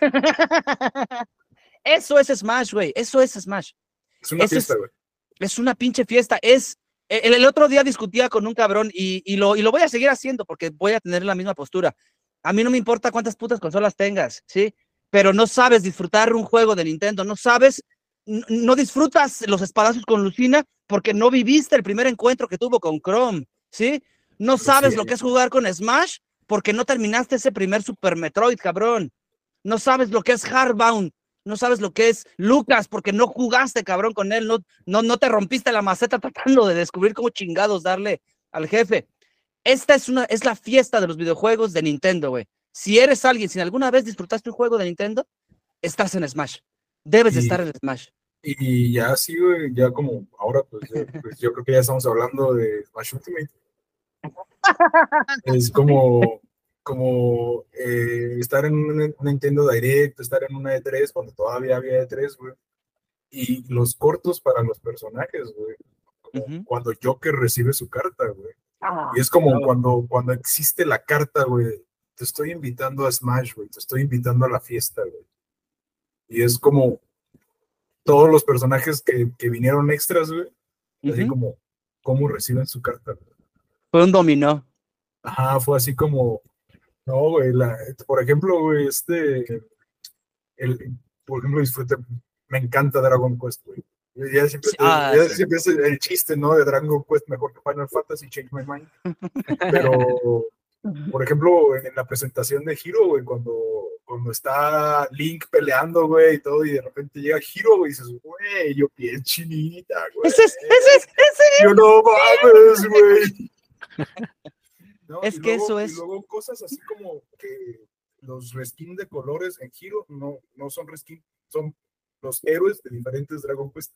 Eso es Smash, güey. Eso es Smash. Es una Eso fiesta, es, güey. es una pinche fiesta. Es. El, el otro día discutía con un cabrón y, y, lo, y lo voy a seguir haciendo porque voy a tener la misma postura. A mí no me importa cuántas putas consolas tengas, ¿sí? Pero no sabes disfrutar un juego de Nintendo, no sabes, n- no disfrutas los espadazos con Lucina porque no viviste el primer encuentro que tuvo con Chrome, ¿sí? No sabes Sí. lo que es jugar con Smash porque no terminaste ese primer Super Metroid, cabrón. No sabes lo que es Hardbound, no sabes lo que es Lucas porque no jugaste, cabrón, con él, no, no, no te rompiste la maceta tratando de descubrir cómo chingados darle al jefe. Esta es, una, es la fiesta de los videojuegos de Nintendo, güey. Si eres alguien, si alguna vez disfrutaste un juego de Nintendo, estás en Smash. Debes de Y- estar en Smash. Y ya sí, güey, ya como ahora, pues, ya- pues, yo creo que ya estamos hablando de Smash Ultimate. Es como, como eh, estar en un Nintendo Direct, estar en una E tres, cuando todavía había E tres, güey. Y los cortos para los personajes, güey. Como Ujú. cuando Joker recibe su carta, güey. Ah, Y es como claro. cuando, cuando existe la carta, güey. Te estoy invitando a Smash, güey. Te estoy invitando a la fiesta, güey. Y es como todos los personajes que, que vinieron extras, güey. Así Ujú. como, cómo reciben su carta, güey. Fue un dominó. Ajá, fue así como, no, güey, la, por ejemplo, güey, este, el, por ejemplo, disfruté, me encanta Dragon Quest, güey. Ya siempre, Sí, ah, ya sí. siempre es el chiste, ¿no? De Dragon Quest mejor que Final Fantasy, change my mind. Pero, por ejemplo, en la presentación de Hiro, güey, cuando, cuando está Link peleando, güey, y todo, y de repente llega Hiro, güey, y dices, güey, yo piel chinita, güey. Ese es, ese es, ese Yo no mames, güey. ¿No? Es Y que luego, eso y es. luego cosas así como que los reskin de colores en Hero no, no son reskin, son los héroes de diferentes Dragon Quest.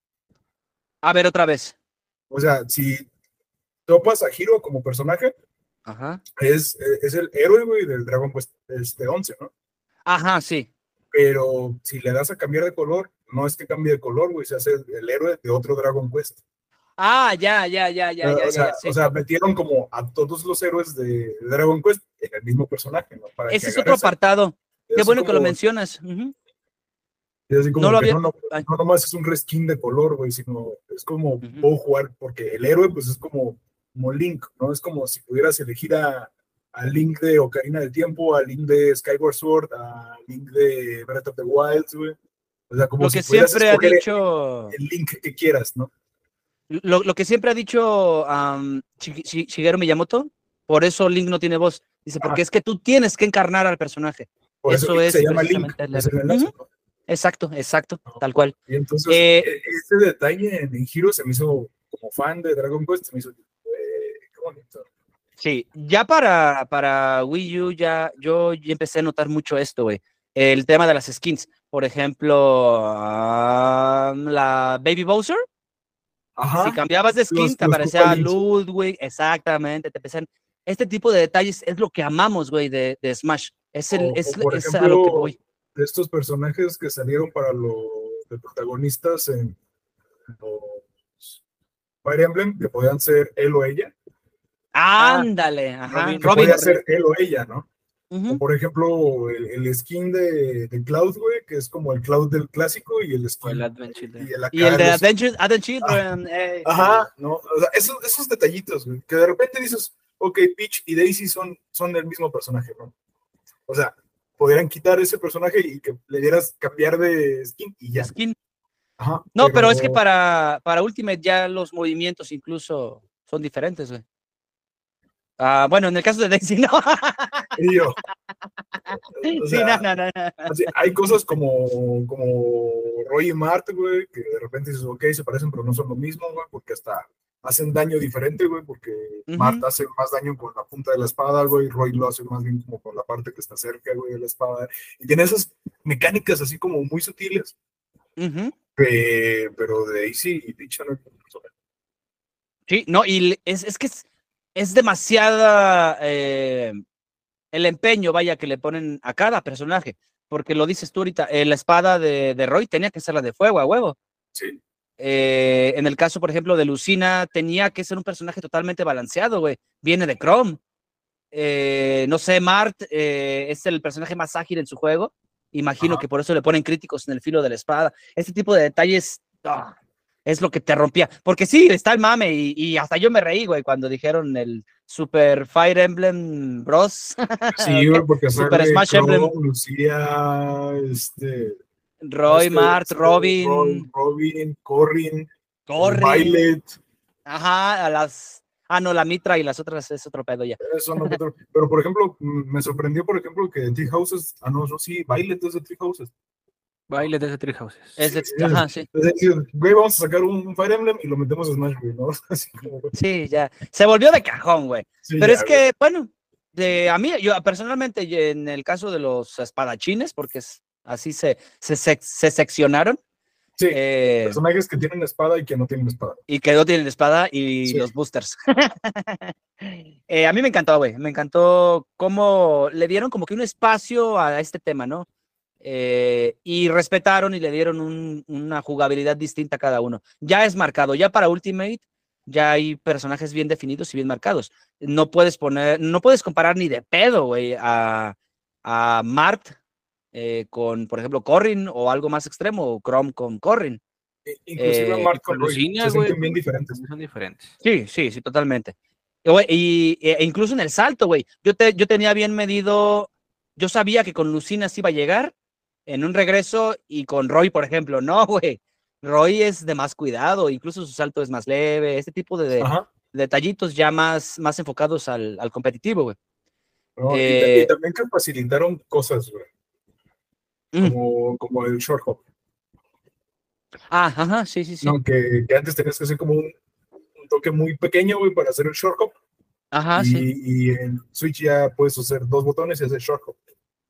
A ver, otra vez. O sea, si topas a Hero como personaje, Ajá. es, es el héroe, güey, del Dragon Quest este, once, ¿no? Ajá, sí. Pero si le das a cambiar de color, no es que cambie de color, güey, se hace el, el héroe de otro Dragon Quest. Ah, ya, ya, ya, ya, Uh, ya, o, ya, sea, ya, sí. o sea, metieron como a todos los héroes de Dragon Quest en el mismo personaje, ¿no? Para Ese que es otro agarres. apartado. Qué Así bueno que lo como, mencionas. Ujú. es así No como lo que había. no, no, Ay. no nomás es un reskin de color, güey, sino es como Ujú. puedo jugar, porque el héroe, pues es como, como Link, ¿no? Es como si pudieras elegir a, a Link de Ocarina del Tiempo, a Link de Skyward Sword, a Link de Breath of the Wild, güey. O sea, como Lo si que pudieras siempre ha escoger el, dicho. el Link que quieras, ¿no? Lo, lo que siempre ha dicho um, Shi- Shi- Shigeru Miyamoto, por eso Link no tiene voz. Dice, porque Ajá. es que tú tienes que encarnar al personaje. Por eso Eso Link se es llama Link, precisamente el es héroe. el enlace, Ujú. ¿no? Exacto, exacto, ¿No? tal cual. Y entonces, Eh, e- ese detalle en, en Hero se me hizo, como fan de Dragon Quest, se me hizo, eh, qué bonito. sí, ya para, para Wii U, ya, yo ya empecé a notar mucho esto, güey. El tema de las skins. Por ejemplo, um, la Baby Bowser. Si Ajá, cambiabas de skin, los, te los Koopa aparecía Links. Ludwig, exactamente, te empiezan. Este tipo de detalles es lo que amamos, güey, de, de Smash. Es, el, O, o, es, por es a lo que ejemplo, voy. de estos personajes que salieron para los de protagonistas en los Fire Emblem, que podían ser él o ella, Ah, Ándale, ajá. Robin, que Robin. podía Corrin. ser él o ella, ¿no? O Ujú. por ejemplo, el, el skin de, de Cloud, güey, que es como el Cloud del clásico y el O el skin, Advent Children. y el Y acá, el de los, Adventure, Advent ah, Children. eh, sí. ajá, ¿no? O sea, esos, esos detallitos, güey, que de repente dices, ok, Peach y Daisy son, son el mismo personaje, ¿no? O sea, podrían quitar ese personaje y que le dieras cambiar de skin y De ya. skin. Ajá, No, pero es que pero para, para Ultimate ya los movimientos incluso son diferentes, güey. Ah, bueno, en el caso de Daisy, no. y yo, o Sí, no, sea, no, no, no. así, hay cosas como, como Roy y Mart, güey, que de repente dices, ok, se parecen, pero no son lo mismo, güey, porque hasta hacen daño diferente, güey, porque Mart Ujú, hace más daño con la punta de la espada, güey, Roy lo hace más bien como con la parte que está cerca, güey, de la espada. Y tiene esas mecánicas así como muy sutiles, ujú. que- pero de Daisy y Peach no. Sí, no, y le- es, es que es, es demasiada eh, el empeño, vaya, que le ponen a cada personaje. Porque lo dices tú ahorita, eh, la espada de, de Roy tenía que ser la de fuego, a huevo. Sí. Eh, en el caso, por ejemplo, de Lucina, tenía que ser un personaje totalmente balanceado, güey. Viene de Chrome. Eh, no sé, Mart eh, es el personaje más ágil en su juego. Imagino Ajá. que por eso le ponen críticos en el filo de la espada. Este tipo de detalles ah, es lo que te rompía. Porque sí, está el mame y, y hasta yo me reí, güey, cuando dijeron el Super Fire Emblem Bros. Sí, ¿O güey, qué? porque Super sale Smash Emblem. Chrome, Lucía, este, Roy, este, Mart, este, Roy, Robin, Robin, Corrin, eh, Corrin. Violet, Ajá, a las. Ah, no, la Mitra y las otras es otro pedo ya. eso no, pero, pero, por ejemplo, mm, me sorprendió, por ejemplo, que Tree Houses, ah, no, no, sí, Violet es de Tree Houses. Baile de Tree Houses. Es Sí, de, es, ajá, sí. es decir, güey, vamos a sacar un, un Fire Emblem y lo metemos a Smash, güey, ¿no? Así como, Sí, ya. Se volvió de cajón, güey. sí, Pero ya, es güey. que, bueno, de, a mí, yo personalmente, y en el caso de los espadachines, porque es, así se, se, se, se seccionaron, Sí, Eh, personajes que tienen espada y que no tienen espada. y que no tienen espada y Sí. los boosters. eh, a mí me encantó, güey. Me encantó cómo le dieron como que un espacio a este tema, ¿no? Eh, y respetaron y le dieron un, una jugabilidad distinta a cada uno. Ya es marcado, ya para Ultimate ya hay personajes bien definidos y bien marcados. No puedes poner, no puedes comparar ni de pedo, güey, a, a Mart eh, con, por ejemplo, Corrin o algo más extremo, o Chrome con Corrin. Inclusive Eh, Mark con con Roy Lucina, se güey, sienten bien diferentes. son diferentes. Sí, sí, sí, totalmente. Y, güey, y, e incluso en el salto, güey. Yo, te, yo tenía bien medido, yo sabía que con Lucina sí iba a llegar en un regreso y con Roy, por ejemplo, no, güey. Roy es de más cuidado, incluso su salto es más leve, este tipo de, de detallitos ya más, más enfocados al, al competitivo, güey. No, Eh, y, y también que facilitaron cosas, güey. Como, mm. como el short hop. Ah, ajá, sí, sí, sí. No, que, que antes tenías que hacer como un, un toque muy pequeño, güey, para hacer el short hop. Ajá, y, sí. Y en Switch ya puedes hacer dos botones y hacer short hop.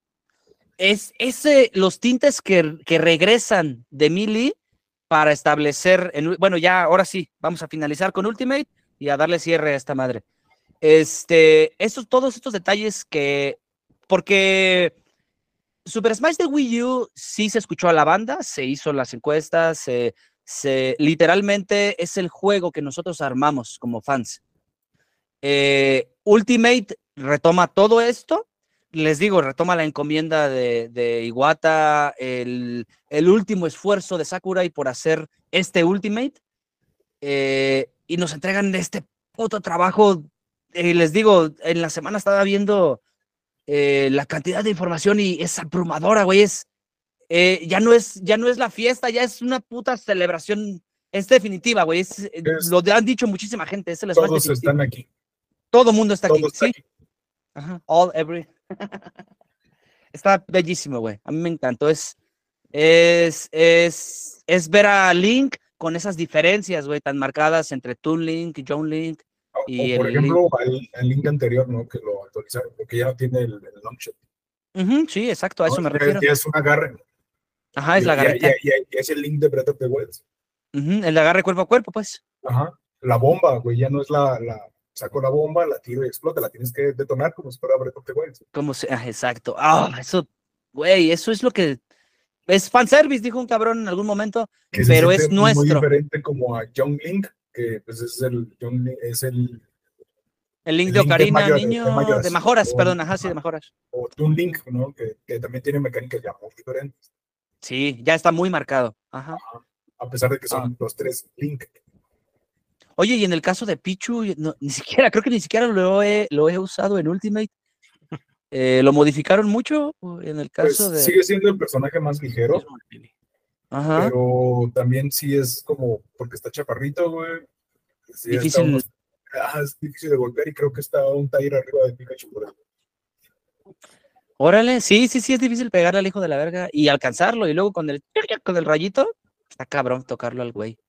Es ese, los tintes que, que regresan de Melee para establecer, en, bueno, ya ahora sí, vamos a finalizar con Ultimate y a darle cierre a esta madre. Este, estos, todos estos detalles que, porque Super Smash de Wii U sí se escuchó a la banda, se hizo las encuestas, se, se, literalmente es el juego que nosotros armamos como fans. Eh, Ultimate retoma todo esto, les digo, retoma la encomienda de, de Iwata, el, el último esfuerzo de Sakurai por hacer este Ultimate, eh, y nos entregan este puto trabajo. Eh, les digo, en la semana estaba viendo eh, la cantidad de información y es abrumadora, güey. Es, eh, ya, no es, ya no es la fiesta, ya es una puta celebración. Es definitiva, güey. Es, es, lo han dicho muchísima gente. Es el Smash todos definitivo. Están aquí. Todo mundo está Todo aquí, está sí. Aquí. Ajá. All, every. Está bellísimo, güey. A mí me encantó. Es, es, es, es ver a Link con esas diferencias, güey, tan marcadas entre Toon Link y John Link. Y o por el ejemplo, Link. al, al Link anterior, ¿no? Que lo actualizaron, porque ya no tiene el, el long shot. Uh-huh, sí, exacto, a eso ¿no? me refiero. Ya, ya es un agarre. Ajá, es ya, la garrita. Ya, ya, ya, es el Link de Breath of the Wild. Uh-huh, el agarre cuerpo a cuerpo, pues. Ajá. La bomba, güey, ya no es la, la saco la bomba, la tiro y explota, la tienes que detonar como si fuera Breath of the Wild. Como se, ah, exacto. Ah, oh, eso, güey, eso es lo que es fanservice, dijo un cabrón en algún momento, que pero se es muy nuestro. Muy diferente como a Young Link, que pues es el, Young, es el El Link el de Ocarina, de, Mayor, niño, de, Mayoras, de Majoras, o, perdón, ajá, sí, de Majoras. O Toon Link, ¿no? Que, que también tiene mecánicas ya muy diferentes. Sí, ya está muy marcado. Ajá. Ajá. A pesar de que son ah. los tres Link. Oye, y en el caso de Pichu, no, ni siquiera, creo que ni siquiera lo he, lo he usado en Ultimate. Eh, ¿Lo modificaron mucho en el caso pues de...? Sigue siendo el personaje más ligero. Ajá. Pero también sí es como, porque está chaparrito, güey. Sí difícil. Unos, ah, es difícil de golpear y creo que está un taller arriba de Pikachu por eso. Órale, sí, sí, sí, es difícil pegarle al hijo de la verga y alcanzarlo, y luego con el, con el rayito, está cabrón tocarlo al güey.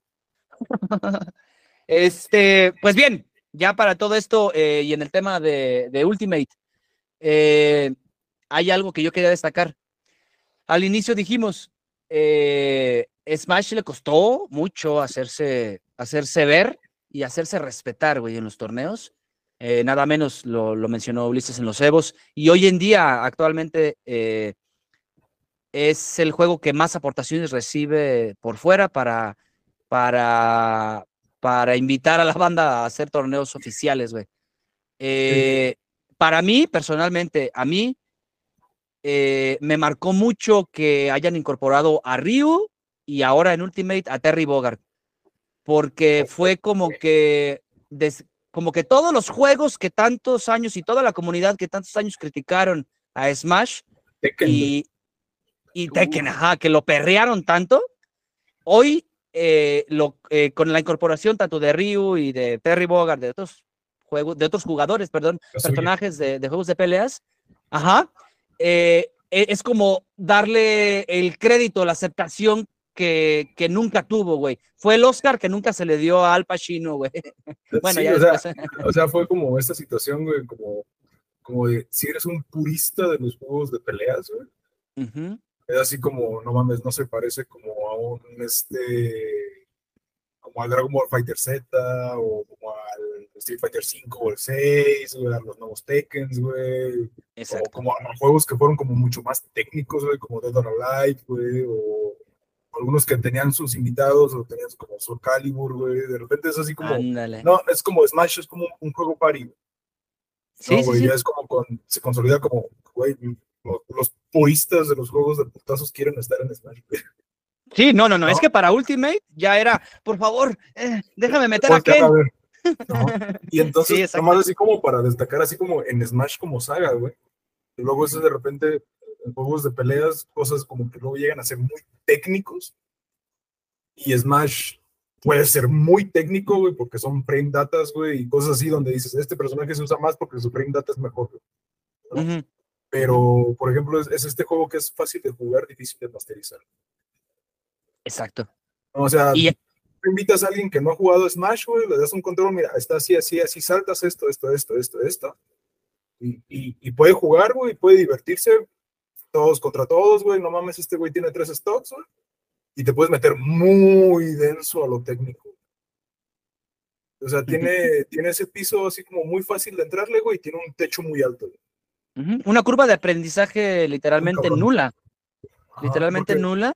Este, pues bien, ya para todo esto eh, y en el tema de, de Ultimate, eh, hay algo que yo quería destacar. Al inicio dijimos, eh, Smash le costó mucho hacerse, hacerse ver y hacerse respetar, güey, en los torneos. Eh, nada menos lo, lo mencionó Ulises en los Evos. Y hoy en día, actualmente, eh, es el juego que más aportaciones recibe por fuera para, para, para invitar a la banda a hacer torneos oficiales, güey. Eh, sí. Para mí, personalmente, a mí, eh, me marcó mucho que hayan incorporado a Ryu y ahora en Ultimate a Terry Bogard, porque fue como que, des, como que todos los juegos que tantos años y toda la comunidad que tantos años criticaron a Smash Tekken, y, y Tekken, uh. ajá, que lo perrearon tanto, hoy eh, lo, eh, con la incorporación tanto de Ryu y de Terry Bogard, de otros juegos, de otros jugadores, perdón, personajes de, de juegos de peleas, ajá, eh, es como darle el crédito, la aceptación que, que nunca tuvo, güey. Fue el Oscar que nunca se le dio a Al Pacino, güey. Bueno, sí, ya o, después... sea, o sea, fue como esta situación, güey, como, como de, si eres un purista de los juegos de peleas, güey, uh-huh. Es así como, no mames, no se parece como a un, este, como al Dragon Ball Fighter Z, o como al Street Fighter cinco o el seis, güey, a los nuevos Tekkens, güey, o Exacto. como a juegos que fueron como mucho más técnicos, güey, como Dead or Alive, güey, o algunos que tenían sus invitados, o tenían como Soul Calibur, güey, de repente es así como, Ándale. no, es como Smash, es como un juego party, güey. Sí, No, sí, güey, sí. ya es como, con, se consolida como, güey, los, los puristas de los juegos de putazos quieren estar en Smash, güey. Sí, no, no, no, ¿No? es que para Ultimate ya era, por favor, eh, déjame meter a Voltear a Ken. ver, ¿no? Y entonces, Sí, exacto. nomás así como para destacar, así como en Smash como saga, güey. Y luego eso de repente, en juegos de peleas, cosas como que luego llegan a ser muy técnicos. Y Smash puede ser muy técnico, güey, porque son frame datas, güey, y cosas así donde dices, este personaje se usa más porque su frame data es mejor, güey, ¿no? Ujú. Pero, por ejemplo, es, es este juego que es fácil de jugar, difícil de masterizar. Exacto. O sea, Y tú invitas a alguien que no ha jugado Smash, güey, le das un control, mira, está así, así, así, saltas esto, esto, esto, esto, esto, y, y, y puede jugar, güey, puede divertirse, todos contra todos, güey, no mames, este güey tiene tres stocks, güey, y te puedes meter muy denso a lo técnico. O sea, tiene, tiene ese piso así como muy fácil de entrarle, güey, y tiene un techo muy alto, güey. ujú, una curva de aprendizaje Muy literalmente cabrón. nula. Ajá, Literalmente porque, nula.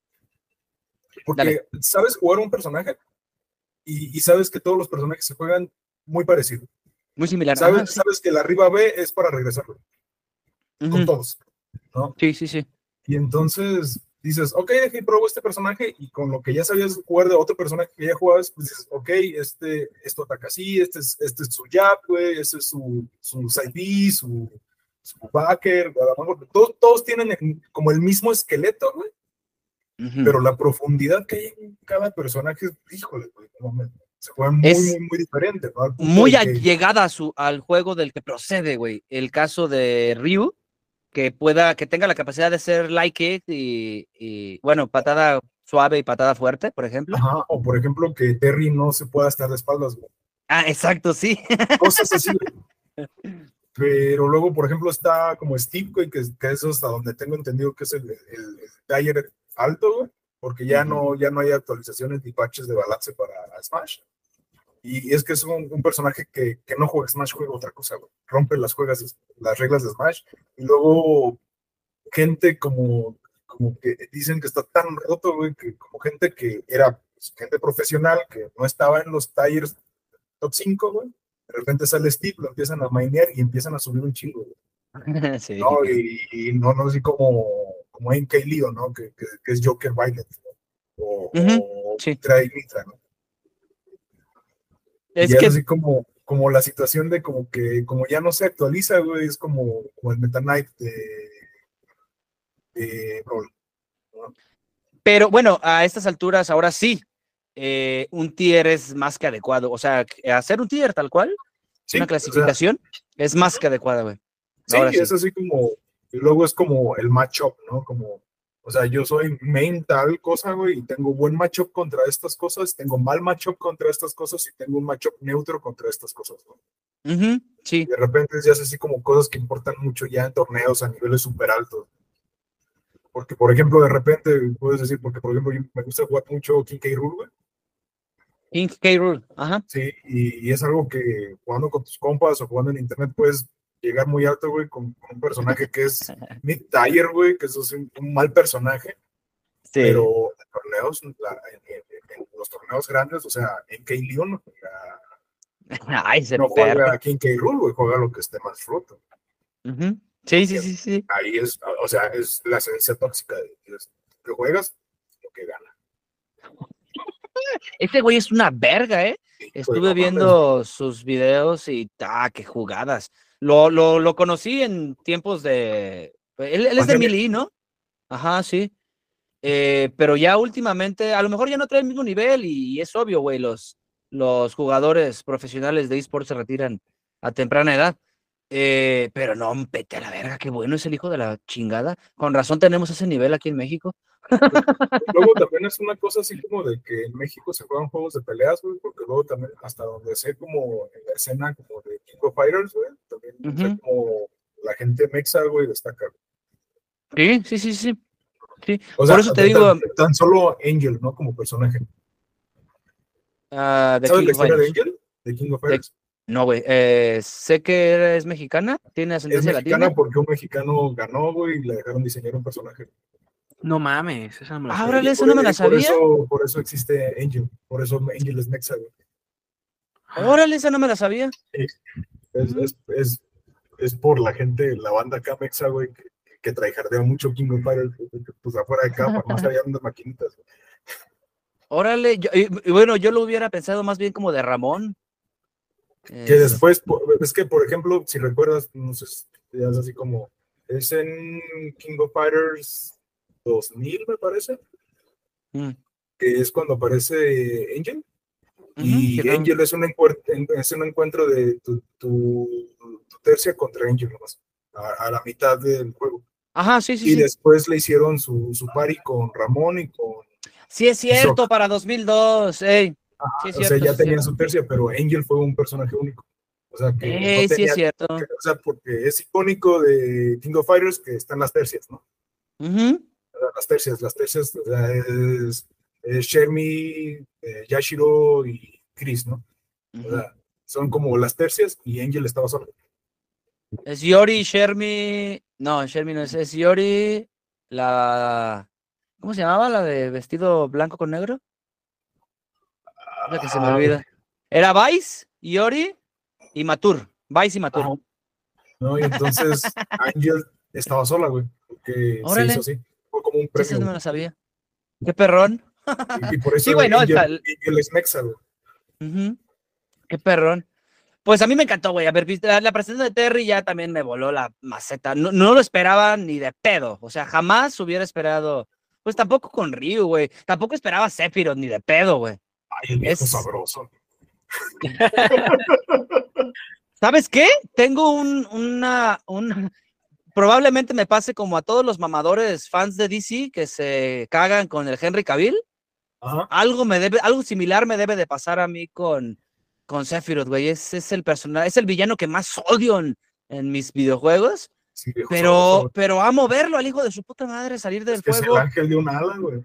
Dale. porque sabes jugar un personaje y, y sabes que todos los personajes se juegan muy parecido. Muy similar. Sabes, Ajá, sí. sabes que la arriba B es para regresarlo, con Ujú. todos, ¿no? Sí, sí, sí. Y entonces dices, ok, dejé y pruebo este personaje, y con lo que ya sabías jugar de otro personaje que ya jugabas, pues dices, ok, este, esto ataca así, este es, este es su jab, güey, este es su, su side B, su, su backer, a lo mejor todos, todos tienen el- como el mismo esqueleto, güey, Ujú. pero la profundidad que hay en cada personaje, híjole, güey, no, me- se juegan muy, Es muy, muy diferente, ¿no? Al punto muy de que, allegada a su, al juego del que procede, güey. El caso de Ryu, que pueda, que tenga la capacidad de ser light kick y, y, bueno, patada suave y patada fuerte, por ejemplo. ajá, o por ejemplo, que Terry no se pueda estar de espaldas, güey. Ah, exacto, sí. Cosas así, güey. Pero luego, por ejemplo, está como Steve, güey, que, que es hasta donde tengo entendido que es el, el, el taller alto, güey, porque ya, Ujú. no, ya no hay actualizaciones ni patches de balance para Smash. Y es que es un, un personaje que, que no juega Smash, juega otra cosa, güey. Rompe las, juegas, las reglas de Smash. Y luego, gente como, como que dicen que está tan roto, güey, que como gente que era pues, gente profesional, que no estaba en los tires top cinco, güey. De repente sale Steve, lo empiezan a minear y empiezan a subir un chingo, güey. Sí. ¿No? Y, y no, no así como, como M K Leo, ¿no? Que, que, que es Joker Violent, ¿no? O, Ujú. o Sí. Mitra y Mitra, ¿no? Y Es ya es que así como, como la situación de como que, como ya no se actualiza, güey, es como, como el Meta Knight de, de Brawl, ¿no? pero bueno, a estas alturas, ahora sí, eh, un tier es más que adecuado. O sea, hacer un tier tal cual, una Sí, o sea, clasificación, es más que adecuada, güey. sí, Ahora es sí. así como, y luego es como el matchup, ¿no? Como, o sea, yo soy main tal cosa, güey, y tengo buen matchup contra estas cosas, tengo mal matchup contra estas cosas, y tengo un matchup neutro contra estas cosas, ¿no? Ujú, sí. Y de repente ya es así como cosas que importan mucho ya en torneos a niveles súper altos. Porque, por ejemplo, de repente puedes decir, porque, por ejemplo, yo me gusta jugar mucho King K. Rool, güey. King K. Rool, ajá. Sí, y, y es algo que jugando con tus compas o jugando en internet puedes llegar muy alto, güey, con, con un personaje que es mid-tier, güey, que eso es un, un mal personaje, pero Sí. en torneos, la- en, en- en los torneos grandes, o sea, en K. Leon Ay, ese no perro. juega King K. Rool, güey, juega lo que esté más roto. Ujú. Sí, sí, Porque sí, sí. ahí es, o sea, es la esencia tóxica de, de que juegas, lo que gana. Ese güey es una verga, ¿eh? Pues Estuve no mames, viendo sus videos y, ah, qué jugadas. Lo, lo, lo conocí en tiempos de... Él, él es de pandemia. Melee, ¿no? Ajá, sí. Eh, pero ya últimamente, a lo mejor ya no trae el mismo nivel y, y es obvio, güey, los, los jugadores profesionales de esports se retiran a temprana edad. Eh, pero no, vete a la verga, qué bueno es el hijo de la chingada. Con razón tenemos ese nivel aquí en México. Pues, luego también es una cosa así como de que en México se juegan juegos de peleas, güey, porque luego también, hasta donde sé, como en la escena como de King of Fighters, güey, también sé Ujú. como la gente mexa, güey, destaca. Sí, sí, sí, sí. Sí, O sea, por eso te tan, digo. tan solo Angel, ¿no? Como personaje. Uh, ¿Sabes la historia de Angel? De King of Fighters. No, güey. Eh, sé que es mexicana, tiene ascendencia es mexicana latina. Porque un mexicano ganó, güey, y le dejaron diseñar un personaje. No mames, esa no me la Ah, sabía. órale, eso por, no me la por sabía. Eso, por eso existe Angel. Por eso Angel es mexa, güey. Órale, esa no me la sabía. Sí. Es, Mm. es, es, es por la gente, la banda acá mexa, güey, que, que traijardea mucho King of Fighters, pues afuera de acá, más allá de unas maquinitas. Güey. Órale, yo, y, y bueno, yo lo hubiera pensado más bien como de Ramón. Que Es... después, es que por ejemplo, si recuerdas, no sé, es así como, es en King of Fighters dos mil, me parece, Mm. que es cuando aparece Angel. Uh-huh, y sí, Angel es un, encuentro, es un encuentro de tu, tu, tu tercia contra Angel, nomás, a, a la mitad del juego. Ajá, sí, sí, y sí. después le hicieron su, su party con Ramón y con... Sí, es cierto, Hisoka. para dos mil dos. Ey. Ajá, Sí, es o cierto, sea, ya sí, tenía cierto. su tercia, pero Angel fue un personaje único. O sea, que Ey, no sí, tenía... es cierto. Que, o sea, porque es icónico de King of Fighters que están las tercias, ¿no? Uh-huh. Las tercias, las tercias, o sea, es, es Shermie, eh, Yashiro y Chris, ¿no? Uh-huh. O sea, son como las tercias y Angel estaba solo. Es Yori, Shermie. No, Shermie no es, es Yori. La. ¿Cómo se llamaba? La de vestido blanco con negro. Es la que se me Ah, olvida. Era Vice, Yori y Matur. Vice y Matur. ajá. No, y entonces Angel estaba sola, güey, porque se hizo Órale. así. Fue como un Sí, eso premio. no me lo sabía. Qué perrón. Y, y por eso Sí, güey, no, Angel, está... Angel es mexa, güey. Uh-huh. Qué perrón. Pues a mí me encantó, güey. A ver, la, la presentación de Terry ya también me voló la maceta. No, no lo esperaba ni de pedo. O sea, jamás hubiera esperado. Pues tampoco con Ryu, güey. Tampoco esperaba Sephiroth ni de pedo, güey. Ay, el viejo Es... sabroso. ¿Sabes qué? Tengo un, una, un... Probablemente me pase como a todos los mamadores fans de D C que se cagan con el Henry Cavill. Ajá. Algo me debe, algo similar me debe de pasar a mí con, con Sephiroth, güey. Es, es el personaje, es el villano que más odio en, en mis videojuegos. Sí, viejo Pero, sabroso. pero amo verlo al hijo de su puta madre salir del Es que fuego. es el ángel de un ala, güey.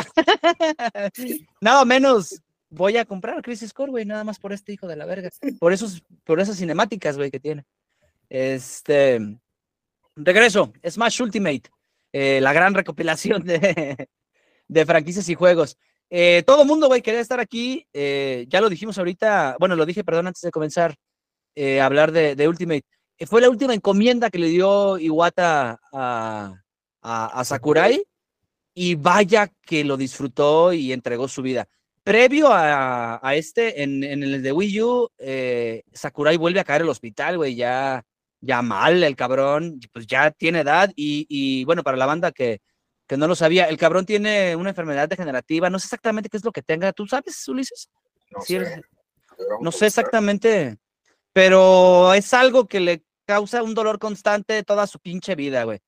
Nada menos voy a comprar Crisis Core, güey, nada más por este hijo de la verga. Por esos, por esas cinemáticas, güey, que tiene. Este. Regreso, Smash Ultimate. Eh, la gran recopilación de, de franquicias y juegos. Eh, todo mundo, güey, quería estar aquí. Eh, ya lo dijimos ahorita, bueno, lo dije, perdón, antes de comenzar eh, a hablar de, de Ultimate. Eh, fue la última encomienda que le dio Iwata a, a, a Sakurai y vaya que lo disfrutó y entregó su vida. Previo a, a este, en, en el de Wii U, eh, Sakurai vuelve a caer al hospital, güey, ya, ya mal el cabrón, pues ya tiene edad y, y bueno, para la banda que, que no lo sabía, el cabrón tiene una enfermedad degenerativa, no sé exactamente qué es lo que tenga, ¿tú sabes, Ulises? No Sí, sé. no sé exactamente, pero es algo que le causa un dolor constante toda su pinche vida, güey.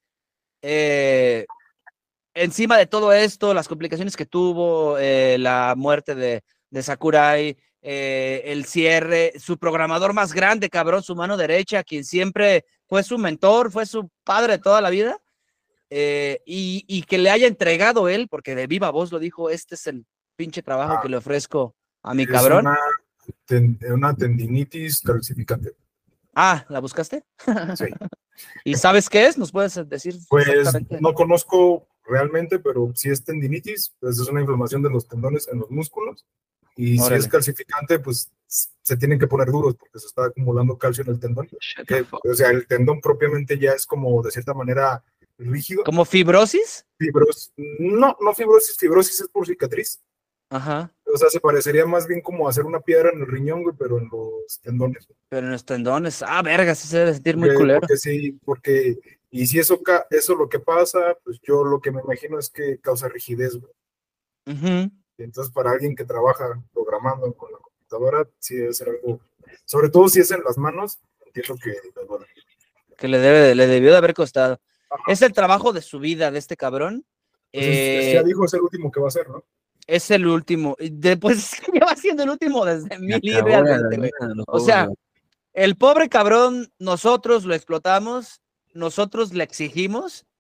Eh, encima de todo esto, las complicaciones que tuvo, eh, la muerte de, de Sakurai, eh, el cierre, su programador más grande, cabrón, su mano derecha, quien siempre fue su mentor, fue su padre toda la vida, eh, y, y que le haya entregado él, porque de viva voz lo dijo, este es el pinche trabajo Ah, que le ofrezco a mi es cabrón. una, ten, una tendinitis calcificante. Ah, ¿la buscaste? Sí. ¿Y sabes qué es? ¿Nos puedes decir Pues exactamente? no conozco realmente, pero si es tendinitis, pues es una inflamación de los tendones en los músculos. Y Órale. Si es calcificante, pues se tienen que poner duros porque se está acumulando calcio en el tendón. Que, o sea, el tendón propiamente ya es como de cierta manera rígido. ¿Como fibrosis? Fibros, no, no fibrosis, fibrosis es por cicatriz. Ajá. O sea, se parecería más bien como hacer una piedra en el riñón, güey, pero en los tendones. Pero en los tendones, ah, verga, sí se debe sentir porque, muy culero. Porque sí, porque, y si eso, eso lo que pasa, pues yo lo que me imagino es que causa rigidez, güey. Uh-huh. Entonces, para alguien que trabaja programando con la computadora, sí debe ser algo, sobre todo si es en las manos, entiendo que, bueno, que le, debe, le debió de haber costado. Ajá. Es el trabajo de su vida, de este cabrón. Pues eh, es, ya dijo, es el último que va a hacer, ¿no? Es el último. Después lleva siendo el último desde mil y realmente, güey. O sea, el pobre cabrón, nosotros lo explotamos, nosotros le exigimos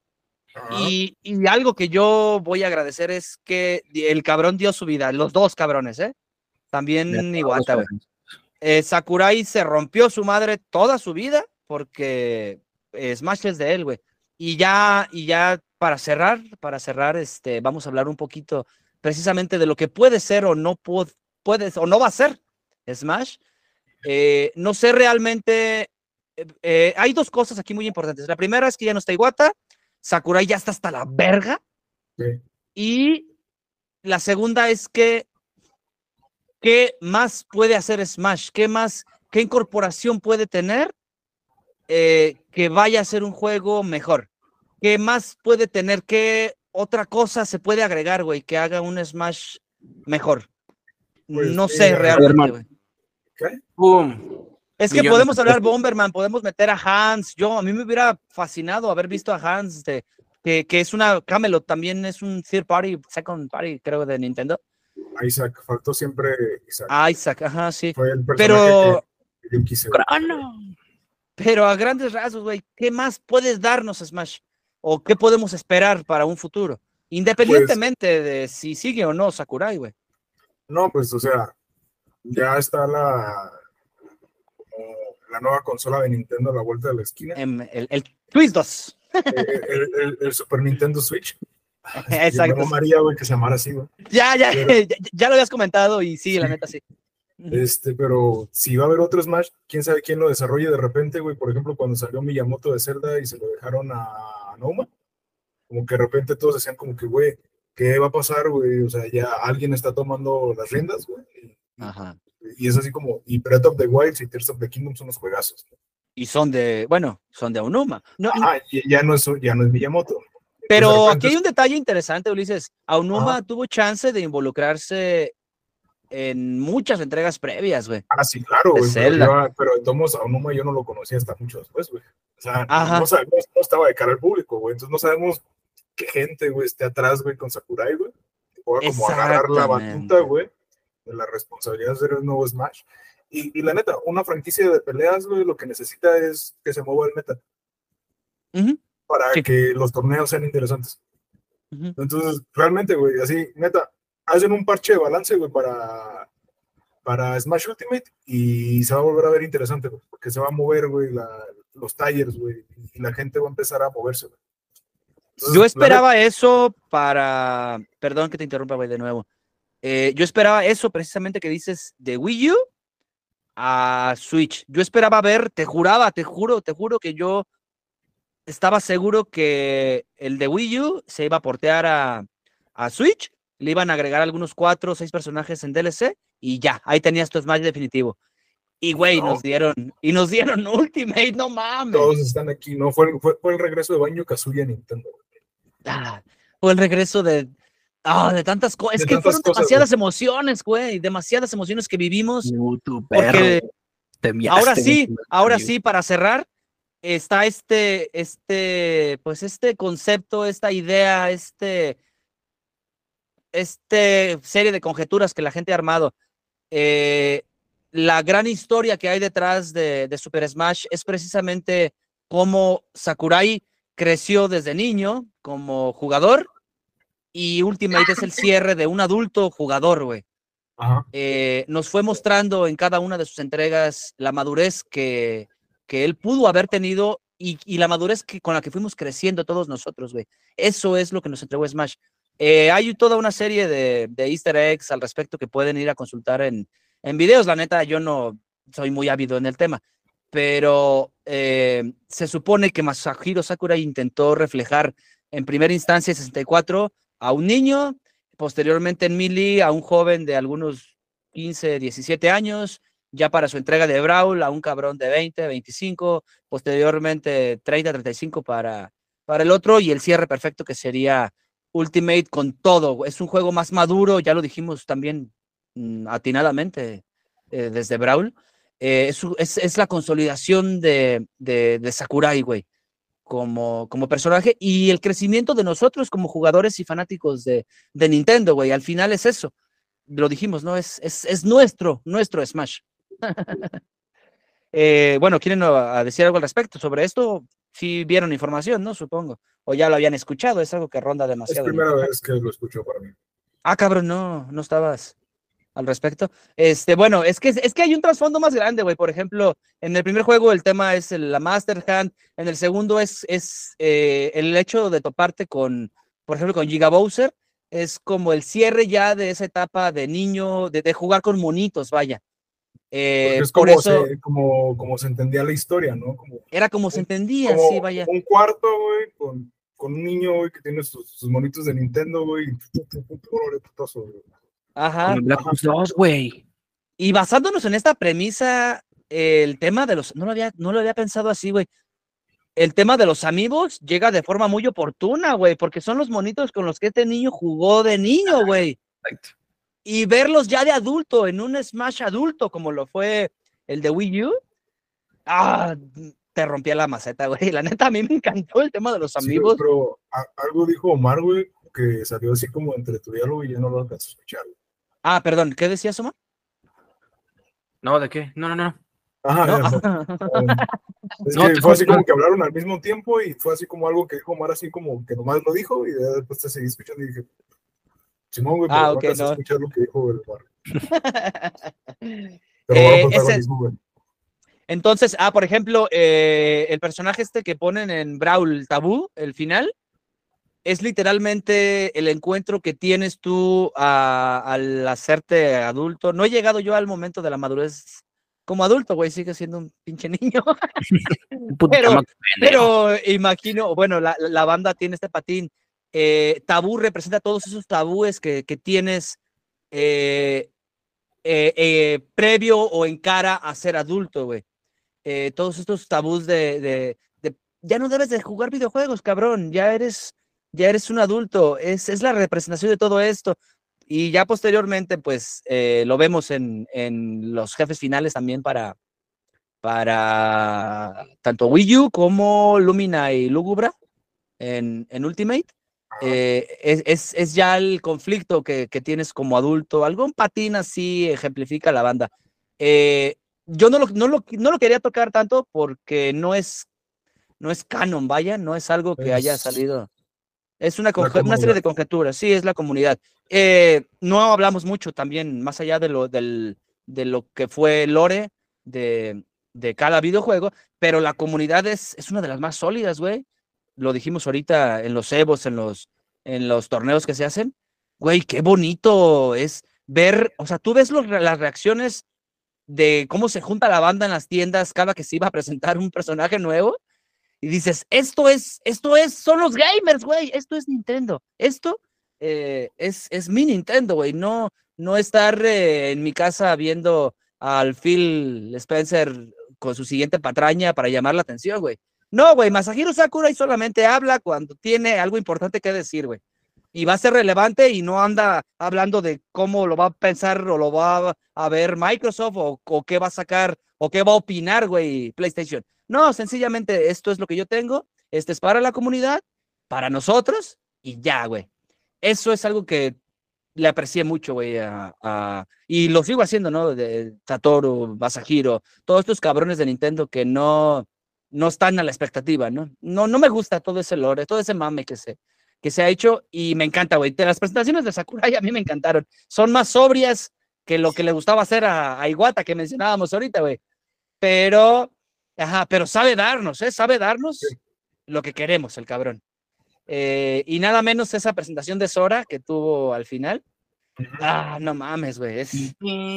Y, y algo que yo voy a agradecer es que el cabrón dio su vida, los dos cabrones, ¿eh? También Iwata, güey. Eh, Sakurai se rompió su madre toda su vida porque eh, Smash es de él, güey. Y ya, y ya para cerrar, para cerrar, este, vamos a hablar un poquito precisamente de lo que puede ser o no puede, puede o no va a ser Smash. Eh, no sé realmente, eh, eh, hay dos cosas aquí muy importantes. La primera es que ya no está Iwata, Sakurai ya está hasta la verga. Sí. Y la segunda es que ¿qué más puede hacer Smash? ¿Qué más, qué incorporación puede tener eh, que vaya a ser un juego mejor? ¿Qué más puede tener? ¿Qué otra cosa se puede agregar, güey, que haga un Smash mejor? Pues, no sí, sé eh, realmente, güey. ¿Qué? Boom. Es que Millones podemos de hablar pesos. Bomberman, podemos meter a Hans. Yo, a mí me hubiera fascinado haber visto a Hans, de, que, que es una Camelot, también es un third party, second party, creo, de Nintendo. Isaac, faltó siempre Isaac. Ah, Isaac, ajá, sí. Fue el personaje Pero, que, que yo quise. ¡Crono! pero a grandes rasgos, güey, ¿qué más puedes darnos, Smash? ¿O qué podemos esperar para un futuro? Independientemente Pues, de si sigue o no Sakurai, güey. no, pues, o sea, ya está la, la nueva consola de Nintendo a la vuelta de la esquina. Em, el, el Twist dos. El, el, el, el Super Nintendo Switch. Exacto. Yo me María, güey, que se llamara así, güey. Ya, ya, Pero, ya, ya lo habías comentado y sí, sí. la neta sí. Este, pero si va a haber otro Smash, quién sabe quién lo desarrolle de repente, güey. Por ejemplo, cuando salió Miyamoto de Zelda y se lo dejaron a Noma, como que de repente todos decían como que, güey, ¿qué va a pasar, güey? O sea, ya alguien está tomando las riendas, güey. Y, Ajá. y es así como, y Breath of the Wild y Tears of the Kingdom son los juegazos, ¿no? Y son de, bueno, son de Aonuma. No, y- Ajá, y ya no es, ya no es Miyamoto. pero Entonces, de aquí repente hay es- un detalle interesante, Ulises. Aonuma Ajá. tuvo chance de involucrarse en muchas entregas previas, güey. Ah, sí, claro, De güey, pero Zelda. yo, pero de todos modos, a Onuma yo no lo conocía hasta mucho después, güey. O sea, Ajá. no sabemos, no estaba de cara al público, güey. Entonces no sabemos qué gente, güey, esté atrás, güey, con Sakurai, güey. Que pueda como agarrar la Exactamente. batuta, güey, de la responsabilidad de hacer el nuevo Smash. Y, y la neta, una franquicia de peleas, güey, lo que necesita es que se mueva el meta Ujú, para sí. que los torneos sean interesantes. Ujú. Entonces, realmente, güey, así, neta, hacen un parche de balance, güey, para, para Smash Ultimate y se va a volver a ver interesante, güey, porque se va a mover, güey, la- los tires, güey, y la gente va a empezar a moverse, güey. Entonces, Yo la esperaba eso para, perdón que te interrumpa, güey, de nuevo. Eh, yo esperaba eso precisamente que dices de Wii U a Switch. Yo esperaba ver, te juraba, te juro, te juro que yo estaba seguro que el de Wii U se iba a portear a, a Switch, le iban a agregar algunos cuatro o seis personajes en D L C y ya, ahí tenías tu Smash definitivo. Y güey, No. nos dieron, y nos dieron Ultimate, no mames. todos están aquí, ¿no? Fue, fue, fue el regreso de Banjo Kazooie a Nintendo, güey. Ah, fue el regreso de, ah, de tantas cosas. Es De que tantas fueron cosas, demasiadas emociones, güey, demasiadas emociones que vivimos. Uh, tu perro. Porque Te miaste, ahora güey, sí, tu ahora amigo. sí, para cerrar, está este, este, pues este concepto, esta idea, este, este serie de conjeturas que la gente ha armado. Eh, la gran historia que hay detrás de, de Super Smash es precisamente cómo Sakurai creció desde niño como jugador y Ultimate es el cierre de un adulto jugador, güey. Ajá. Eh, nos fue mostrando en cada una de sus entregas la madurez que, que él pudo haber tenido y, y la madurez que, con la que fuimos creciendo todos nosotros, güey. Eso es lo que nos entregó Smash. Eh, hay toda una serie de, de easter eggs al respecto que pueden ir a consultar en, en videos. La neta, yo no soy muy ávido en el tema, pero eh, se supone que Masahiro Sakurai intentó reflejar en primera instancia sesenta y cuatro a un niño, posteriormente en Melee a un joven de algunos quince, diecisiete años, ya para su entrega de Brawl a un cabrón de veinte, veinticinco, posteriormente treinta, treinta y cinco para, para el otro y el cierre perfecto que sería Ultimate con todo. Es un juego más maduro, ya lo dijimos también mmm, atinadamente eh, desde Brawl. Eh, es, es, es la consolidación de, de, de Sakurai, güey, como, como personaje y el crecimiento de nosotros como jugadores y fanáticos de, de Nintendo, güey. Al final es eso. Lo dijimos, ¿no? Es, es, es nuestro, nuestro Smash. eh, bueno, ¿quieren a decir algo al respecto sobre esto? sí vieron información, ¿no? Supongo. O ya lo habían escuchado, es algo que ronda demasiado. Es primera vez que lo escucho para mí. Ah, cabrón, no, no estabas al respecto. Este, bueno, es que, es que hay un trasfondo más grande, güey. Por ejemplo, en el primer juego el tema es el, la Master Hand, en el segundo es, es eh, el hecho de toparte con, por ejemplo, con Giga Bowser, es como el cierre ya de esa etapa de niño, de, de jugar con monitos, vaya. Eh, es por como, eso se, como, como se entendía la historia, ¿no? Como, era como se entendía, como, sí, vaya. Como un cuarto, güey, con, con un niño, güey, que tiene sus, sus monitos de Nintendo, güey, y putazo, güey. Ajá. Como Black Ops dos, güey. Y basándonos en esta premisa, eh, el tema de los, no lo había, no lo había pensado así, güey. El tema de los amigos llega de forma muy oportuna, güey, porque son los monitos con los que este niño jugó de niño, güey. Exacto. Y verlos ya de adulto, en un Smash adulto, como lo fue el de Wii U, ah, te rompía la maceta, güey. La neta, a mí me encantó el tema de los amigos. Sí, pero a, algo dijo Omar, güey, que salió así como entre tu diálogo y ya no lo alcanzó a escuchar. Ah, perdón, ¿qué decías, Omar? No, ¿de qué? No, no, no. Ajá, ¿No? um, es No, que te fue así juro. como que hablaron al mismo tiempo y fue así como algo que dijo Omar, así como que nomás lo dijo y ya después te seguí escuchando y dije, Simón, güey, pero Ah, no ok, alcanzó a no. escuchar lo que dijo el Omar. Te robaron Eh, ese, protagonismo, güey. entonces, ah, por ejemplo, eh, el personaje este que ponen en Brawl Tabú, el final, es literalmente el encuentro que tienes tú a, al hacerte adulto. No he llegado yo al momento de la madurez como adulto, güey, sigue siendo un pinche niño. Un puto pero, chamaco pendejo. pero imagino, bueno, la, la banda tiene este patín. Eh, tabú representa todos esos tabúes que, que tienes eh, eh, eh, previo o en cara a ser adulto, güey. Eh, todos estos tabús de, de, de, ya no debes de jugar videojuegos, cabrón, ya eres, ya eres un adulto, es, es la representación de todo esto. Y ya posteriormente, pues, eh, lo vemos en, en los jefes finales también para, para tanto Wii U como Lumina y Lugubra en, en Ultimate. Eh, es, es, es, ya el conflicto que, que tienes como adulto. Algún patín así ejemplifica la banda. Eh, yo no lo, no, lo, no lo quería tocar tanto porque no es, no es canon, vaya, no es algo que Es haya salido. Es una, la una serie de conjeturas, sí, es la comunidad. Eh, no hablamos mucho también, más allá de lo, del, de lo que fue lore de, de cada videojuego, pero la comunidad es, es una de las más sólidas, güey. Lo dijimos ahorita en los Evos, en los, en los torneos que se hacen. Güey, qué bonito es ver, o sea, tú ves los, las reacciones de cómo se junta la banda en las tiendas cada que se iba a presentar un personaje nuevo y dices, esto es, esto es, son los gamers, güey, esto es Nintendo, esto eh, es, es mi Nintendo, güey, no, no estar eh, en mi casa viendo al Phil Spencer con su siguiente patraña para llamar la atención, güey. No, güey, Masahiro Sakurai solamente habla cuando tiene algo importante que decir, güey. Y va a ser relevante y no anda hablando de cómo lo va a pensar o lo va a ver Microsoft o, o qué va a sacar o qué va a opinar, güey, PlayStation. No, sencillamente esto es lo que yo tengo, este es para la comunidad, para nosotros y ya, güey. Eso es algo que le aprecié mucho, güey, a, a, y lo sigo haciendo, ¿no? De Satoru, Masahiro, todos estos cabrones de Nintendo que no, no están a la expectativa, ¿no? No, no me gusta todo ese lore, todo ese mame que se, que se ha hecho y me encanta, güey. Las presentaciones de Sakurai a mí me encantaron. Son más sobrias que lo que le gustaba hacer a, a Iwata, que mencionábamos ahorita, güey. Pero, ajá, pero sabe darnos, ¿eh? Sabe darnos sí. lo que queremos, el cabrón. Eh, y nada menos esa presentación de Sora que tuvo al final. Ah, no mames, güey. Es...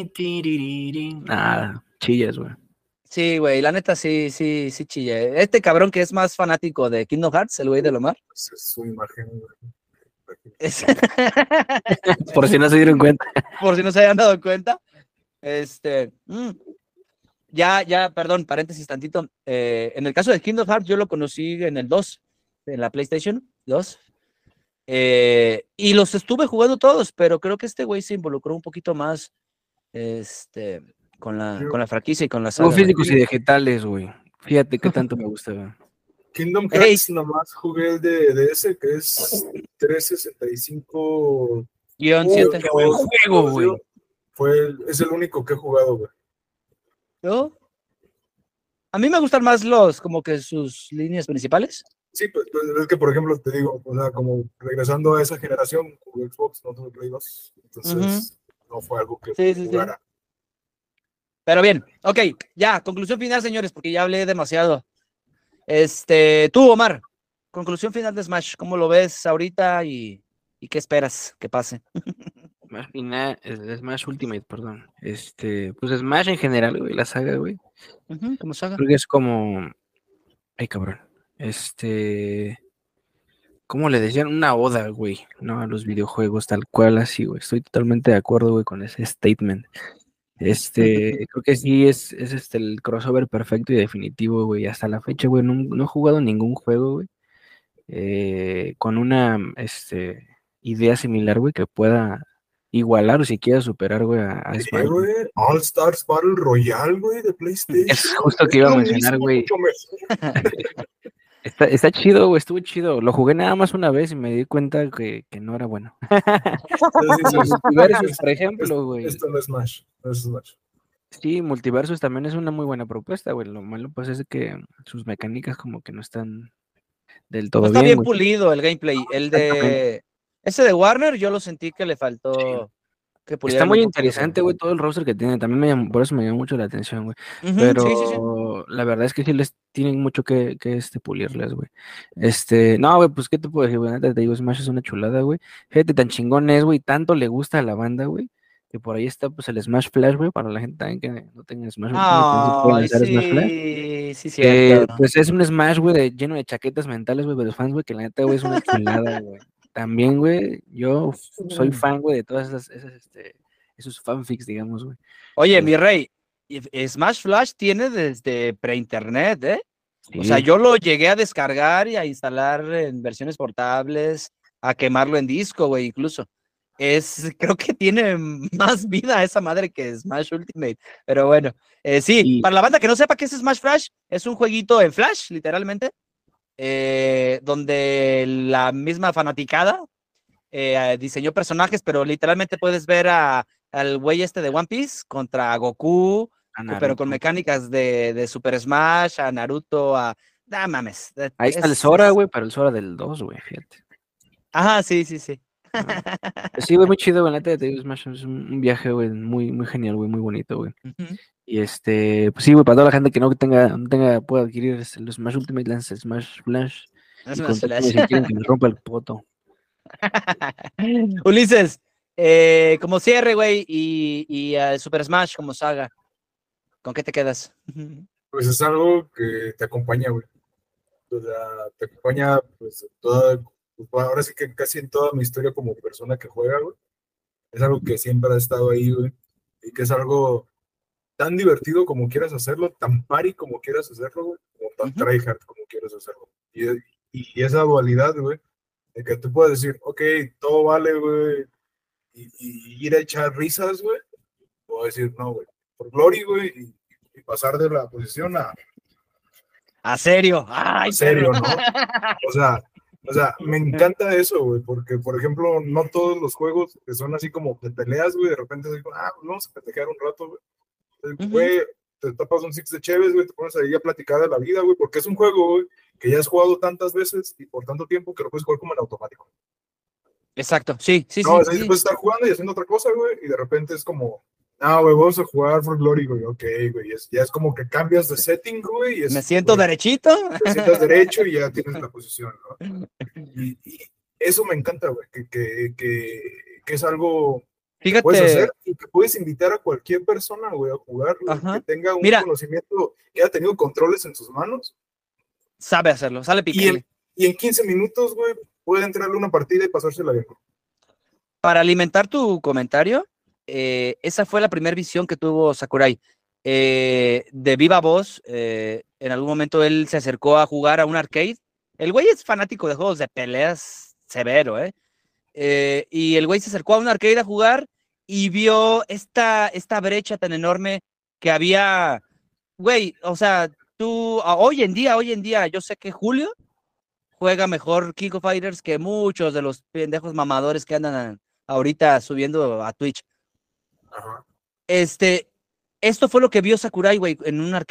Nada, chillas, güey. Sí, güey, la neta sí, sí, sí chilla. Este cabrón que es más fanático de Kingdom Hearts, el güey de Lomar. Es su imagen, güey. Es... Por si no se dieron cuenta. Por si no se hayan dado cuenta. Este... Mm. Ya, ya, perdón, paréntesis tantito. Eh, en el caso de Kingdom Hearts, yo lo conocí en el dos, en la PlayStation dos. Eh, y los estuve jugando todos, pero creo que este güey se involucró un poquito más este, con, la, con la franquicia y con la saga. Los físicos y digitales, güey. Fíjate qué tanto me gusta, güey. Kingdom Hearts hey. nomás jugué el de, de ese, que es trescientos sesenta y cinco. Guión siete. Qué buen juego, güey. Fue, es el único que he jugado, güey. ¿Yo? A mí me gustan más los, como que sus líneas principales. Sí, pues, pues, es que, por ejemplo, te digo, o sea, como regresando a esa generación, jugué Xbox, no tuve Play dos, entonces uh-huh. no fue algo que sí, sí, jugara. Sí. Pero bien, ok, ya, conclusión final, señores, porque ya hablé demasiado. Este, tú, Omar, conclusión final de Smash, ¿cómo lo ves ahorita y, y qué esperas que pase? Smash final, Smash Ultimate, perdón. Este, pues Smash en general, güey, la saga, güey. Uh-huh, como saga. Creo que es como, ay, cabrón, este, ¿cómo le decían? Una oda, güey, ¿no? A los videojuegos, tal cual, así, güey. Estoy totalmente de acuerdo, güey, con ese statement. Este, creo que sí es, es este el crossover perfecto y definitivo, güey. Hasta la fecha, güey, no, no he jugado ningún juego, güey, eh, con una, este, idea similar, güey, que pueda igualar o siquiera superar, güey, a, a Smash. Sí, güey, All Stars Battle Royale, güey, de PlayStation. Es justo que iba a mencionar, güey. Está, está chido, güey, estuvo chido. Lo jugué nada más una vez y me di cuenta que, que no era bueno. Sí, sí, sí. Multiversus, por ejemplo, güey. Esto no es Smash, no es Smash. Sí, Multiversus también es una muy buena propuesta, güey. Lo malo pues es que sus mecánicas como que no están del todo no está bien, bien güey. pulido el gameplay. El de ese de Warner yo lo sentí que le faltó... Sí. Que está muy interesante, güey, todo el roster que tiene. También me llamó, por eso me llamó mucho la atención, güey. Uh-huh, Pero sí, sí, sí. La verdad es que sí les tienen mucho que, que este, pulirles, güey. Este, no, güey, pues, ¿qué te puedo decir, güey? Te digo, Smash es una chulada, güey. Fíjate, tan chingón es, güey, tanto le gusta a la banda, güey, que por ahí está, pues, el Smash Flash, güey, para la gente también que no tenga Smash oh, Ultimate, sí, Smash Flash. Sí, cierto. Eh, pues es un Smash, güey, de, lleno de chaquetas mentales, güey, de los fans, güey, que la neta, güey, es una chulada, güey. También, güey, yo soy fan, güey, de todas esas, esas, este... esos fanfics, digamos, güey. Oye, mi rey, Smash Flash tiene desde pre-internet, ¿eh? Sí. O sea, yo lo llegué a descargar y a instalar en versiones portables, a quemarlo en disco, güey, incluso. Es, creo que tiene más vida esa madre que Smash Ultimate. Pero bueno, eh, sí, y... para la banda que no sepa qué es Smash Flash, es un jueguito en Flash, literalmente, eh, donde la misma fanaticada eh, diseñó personajes, pero literalmente puedes ver a al güey este de One Piece contra Goku, pero con mecánicas de, de Super Smash, a Naruto, a... ¡Ah, mames! Ahí es, está el Sora, güey, pero el Sora del dos, güey, fíjate. Ajá, sí, sí, sí. Ah, sí, güey, muy chido, güey, te digo, Smash es un, un viaje, güey, muy, muy genial, güey, muy bonito, güey. Uh-huh. Y este, pues sí, güey, para toda la gente que no tenga, no tenga, pueda adquirir este, los Smash Ultimate, lance Smash Flash. Es y con Flash. Si quieren que me rompa el poto. Ulises, eh, como cierre, güey, y, y uh, Super Smash como saga, ¿con qué te quedas? Pues es algo que te acompaña, güey. O sea, te acompaña, pues, toda, pues, ahora sí que casi en toda mi historia como persona que juega, güey. Es algo que siempre ha estado ahí, güey. Y que es algo tan divertido como quieras hacerlo, tan party como quieras hacerlo, güey, como tan uh-huh. tryhard como quieras hacerlo. Y, y, y esa dualidad, güey, de que tú puedes decir, ok, todo vale, güey, y, y ir a echar risas, güey, o decir, no, güey, por glory, güey, y, y pasar de la posición a... ¿A serio? Ay, a serio, pero... ¿no? O sea, o sea, me encanta eso, güey, porque, por ejemplo, no todos los juegos que son así como de peleas, güey, de repente digo, ah, pues vamos a pelear un rato, güey. Güey, uh-huh. te tapas un six de Chévez, güey, te pones ahí a platicar de la vida, güey, porque es un juego, güey, que ya has jugado tantas veces y por tanto tiempo que lo puedes jugar como en automático. Exacto, sí, sí, no, sí. O sea, sí. Puedes estar jugando y haciendo otra cosa, güey, y de repente es como, ah, güey, vamos a jugar For Glory, güey, ok, güey, es, ya es como que cambias de setting, güey. Y es, Me siento güey, derechito. Te sientas derecho y ya tienes la posición, ¿no? Y, y eso me encanta, güey, que, que, que, que es algo... Fíjate. Que puedes hacer y que puedes invitar a cualquier persona, güey, a jugar, güey, que tenga un Mira, conocimiento, que haya tenido controles en sus manos. Sabe hacerlo, sale picante. Y en, y en quince minutos, güey, puede entrarle una partida y pasársela bien. Para alimentar tu comentario, eh, esa fue la primera visión que tuvo Sakurai. Eh, de viva voz, eh, en algún momento él se acercó a jugar a un arcade. El güey es fanático de juegos de peleas severo, ¿eh? Eh, y el güey se acercó a un arcade a jugar y vio esta, esta brecha tan enorme que había, güey, o sea, tú, hoy en día, hoy en día, yo sé que Julio juega mejor King of Fighters que muchos de los pendejos mamadores que andan a, ahorita subiendo a Twitch. Ajá. Este, esto fue lo que vio Sakurai, güey, en un arcade.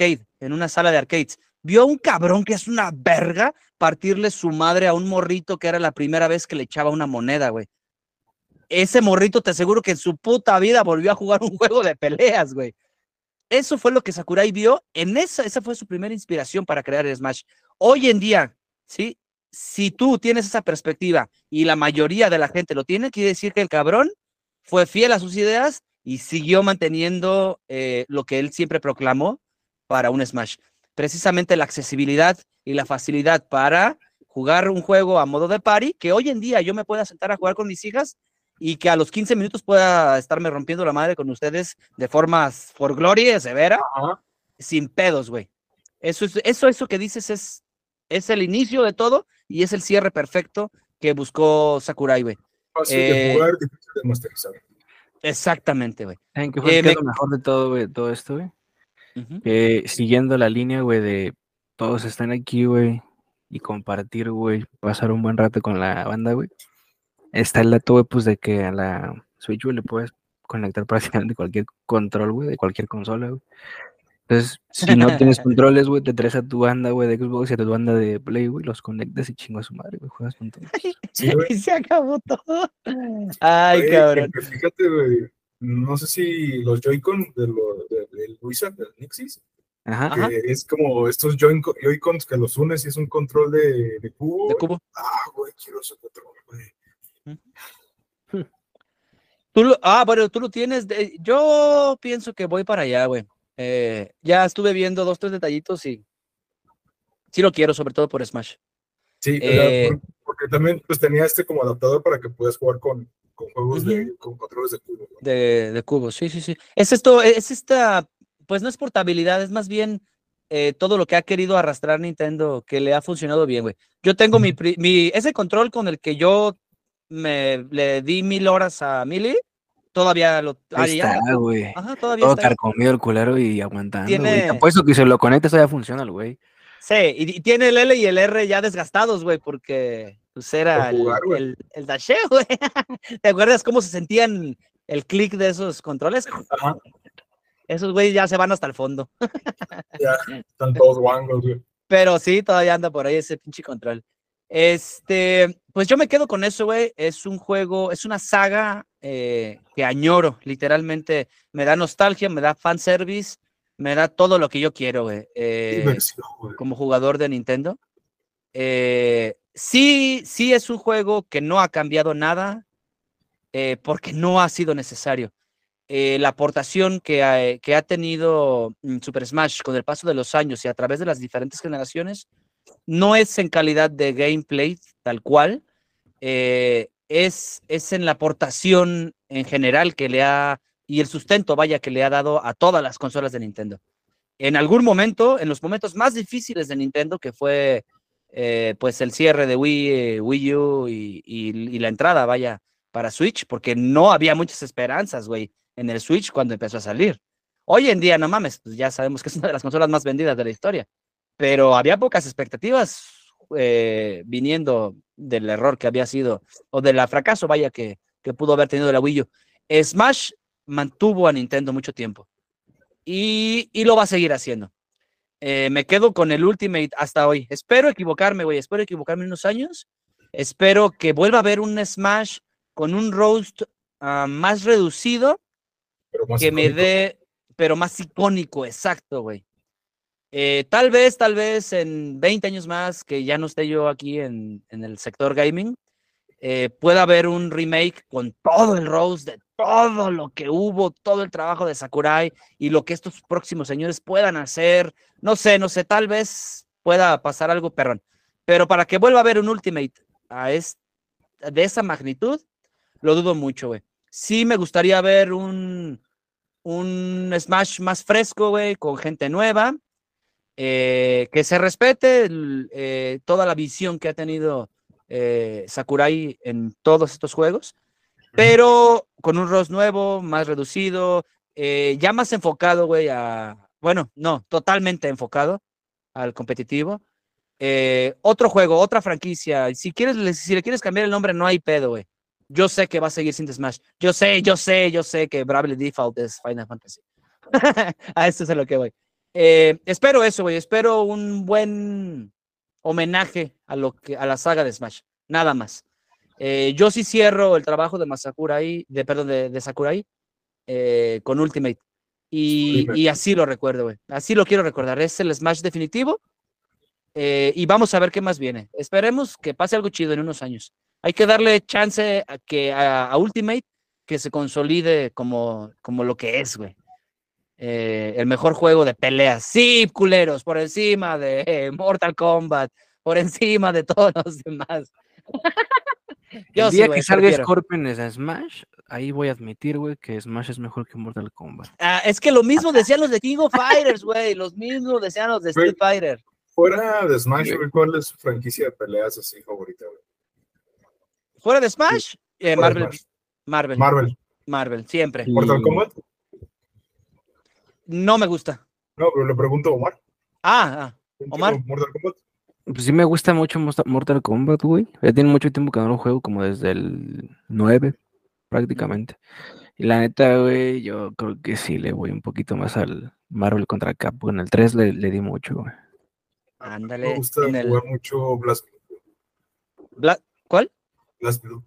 en una sala de arcades, vio a un cabrón que es una verga partirle su madre a un morrito que era la primera vez que le echaba una moneda, güey. Ese morrito te aseguro que en su puta vida volvió a jugar un juego de peleas, güey. Eso fue lo que Sakurai vio, en esa, esa fue su primera inspiración para crear el Smash. Hoy en día, ¿sí? Si tú tienes esa perspectiva y la mayoría de la gente lo tiene, quiere decir que el cabrón fue fiel a sus ideas y siguió manteniendo eh, lo que él siempre proclamó para un Smash. Precisamente la accesibilidad y la facilidad para jugar un juego a modo de party, que hoy en día yo me pueda sentar a jugar con mis hijas y que a los quince minutos pueda estarme rompiendo la madre con ustedes de formas for glory, severa, Ajá. sin pedos, güey. Eso, es, eso, eso que dices es, es el inicio de todo y es el cierre perfecto que buscó Sakurai, güey. Fácil Eh, de jugar, difícil de masterizar. Exactamente, güey. ¿Saben qué fue Eh, qué es me- lo mejor de todo, güey? Todo esto, güey. Ujú. Que siguiendo la línea, güey, de todos están aquí, güey, y compartir, güey, pasar un buen rato con la banda, güey. Está el dato, güey, pues de que a la Switch, güey, le puedes conectar prácticamente cualquier control, güey, de cualquier consola, güey. Entonces, si no tienes controles, güey, te traes a tu banda, güey, de Xbox y a tu banda de Play, güey, los conectas y chingo a su madre, güey, juegas con todos. Sí, güey. Y se acabó todo. Ay, Oye, cabrón. que- que fíjate, güey, no sé si los Joy-Con de lo- de- del Wizard, del Nixis, Ajá. que Ajá. es como estos Joy-Con- Joy-Cons que los unes y es un control de, de cubo. De güey. cubo. Ah, güey, quiero ese control, güey. Tú lo, ah, bueno, tú lo tienes. De, yo pienso que voy para allá, güey. Eh, ya estuve viendo dos, tres detallitos y sí lo quiero, sobre todo por Smash. Sí, o sea, Eh, por- porque también pues tenía este como adaptador para que puedas jugar con, con juegos de, Ujú. con controles de cubo. ¿no? de, de cubo, sí, sí, sí. Es esto, es esta, pues no es portabilidad, es más bien eh, todo lo que ha querido arrastrar Nintendo, que le ha funcionado bien, güey. Yo tengo mi, pri- mi, ese control con el que yo me le di mil horas a Mili, todavía lo, ah, Ahí ya, está, güey. ajá, todavía Todo está ahí. carcomido el culero y aguantando, güey. Te Tiene, apuesto que se lo conectas, todavía funciona el güey. sí, y, y tiene el L y el R ya desgastados, güey, porque pues era Por jugar, el, güey. el, el dasheo, güey. ¿Te acuerdas cómo se sentían el clic de esos controles? Ajá, Esos güey ya se van hasta el fondo. ya están todos guangos, güey. Pero sí, todavía anda por ahí ese pinche control. Este, pues yo me quedo con eso, güey. Es un juego, es una saga eh, que añoro, literalmente. Me da nostalgia, me da fanservice, me da todo lo que yo quiero, güey. Eh, Diversión, güey. como jugador de Nintendo. Eh, sí, sí es un juego que no ha cambiado nada eh, porque no ha sido necesario. Eh, la aportación que ha, que ha tenido mm, Super Smash con el paso de los años y a través de las diferentes generaciones no es en calidad de gameplay tal cual, eh, es, es en la aportación en general que le ha, y el sustento, vaya, que le ha dado a todas las consolas de Nintendo. En algún momento, en los momentos más difíciles de Nintendo, que fue eh, pues el cierre de Wii, eh, Wii U y, y, y la entrada, vaya, para Switch, porque no había muchas esperanzas, güey, en el Switch cuando empezó a salir. Hoy en día, no mames, pues ya sabemos que es una de las consolas más vendidas de la historia, pero había pocas expectativas eh, viniendo del error que había sido, o del fracaso, vaya, que, que pudo haber tenido la Wii U. Smash mantuvo a Nintendo mucho tiempo y, y lo va a seguir haciendo. Eh, me quedo con el Ultimate hasta hoy. Espero equivocarme, güey, espero equivocarme en unos años. Espero que vuelva a haber un Smash con un roast uh, más reducido, Pero más que me icónico. dé, pero más icónico, exacto, güey. Eh, tal vez, tal vez en veinte años más, que ya no esté yo aquí en, en el sector gaming, eh, pueda haber un remake con todo el roast de todo lo que hubo, todo el trabajo de Sakurai y lo que estos próximos señores puedan hacer. No sé, no sé, tal vez pueda pasar algo perrón. Pero para que vuelva a haber un Ultimate a es, de esa magnitud, lo dudo mucho, güey. Sí me gustaría ver un, un Smash más fresco, güey, con gente nueva. Eh, que se respete el, eh, toda la visión que ha tenido eh, Sakurai en todos estos juegos, pero con un roast nuevo, más reducido, eh, ya más enfocado, güey, a, bueno, no, totalmente enfocado al competitivo. Eh, otro juego, otra franquicia, si quieres, le, si le quieres cambiar el nombre, no hay pedo, güey. Yo sé que va a seguir sin Smash. Yo sé, yo sé, yo sé que Bravely Default es Final Fantasy. A esto es a lo que voy. Eh, espero eso, güey. Espero un buen homenaje a lo que a la saga de Smash. Nada más. Eh, yo sí cierro el trabajo de Masakurai, de perdón, de, de Sakurai eh, con Ultimate. Y, y así lo recuerdo, güey. Así lo quiero recordar. Es el Smash definitivo. Eh, y vamos a ver qué más viene. Esperemos que pase algo chido en unos años. Hay que darle chance a que a, a Ultimate que se consolide como, como lo que es, güey. Eh, el mejor juego de peleas. Sí, culeros, por encima de eh, Mortal Kombat, por encima de todos los demás. Yo el día sí, wey, que salga prefiero. Scorpion en Smash, ahí voy a admitir, güey, que Smash es mejor que Mortal Kombat. Ah, es que lo mismo decían los de King of Fighters, güey. Los mismos decían los de Street Fighter. Fuera de Smash, güey, ¿cuál es su franquicia de peleas así favorita, güey? ¿Fuera de Smash? Sí. Eh, Fuera Marvel, de Smash. Marvel. Marvel. Marvel, siempre. ¿Mortal Kombat? No me gusta. No, pero le pregunto a Omar. Ah, ah. Omar. ¿Mortal Kombat? Pues sí me gusta mucho Mortal Kombat, güey. Ya tiene mucho tiempo que no lo juego, como desde el nueve, prácticamente. Y la neta, güey, yo creo que sí le voy un poquito más al Marvel contra Capcom. En el tres le, le di mucho, güey. Ándale. Me gusta en jugar el... mucho Blast Bla... ¿Cuál? Blast Blue.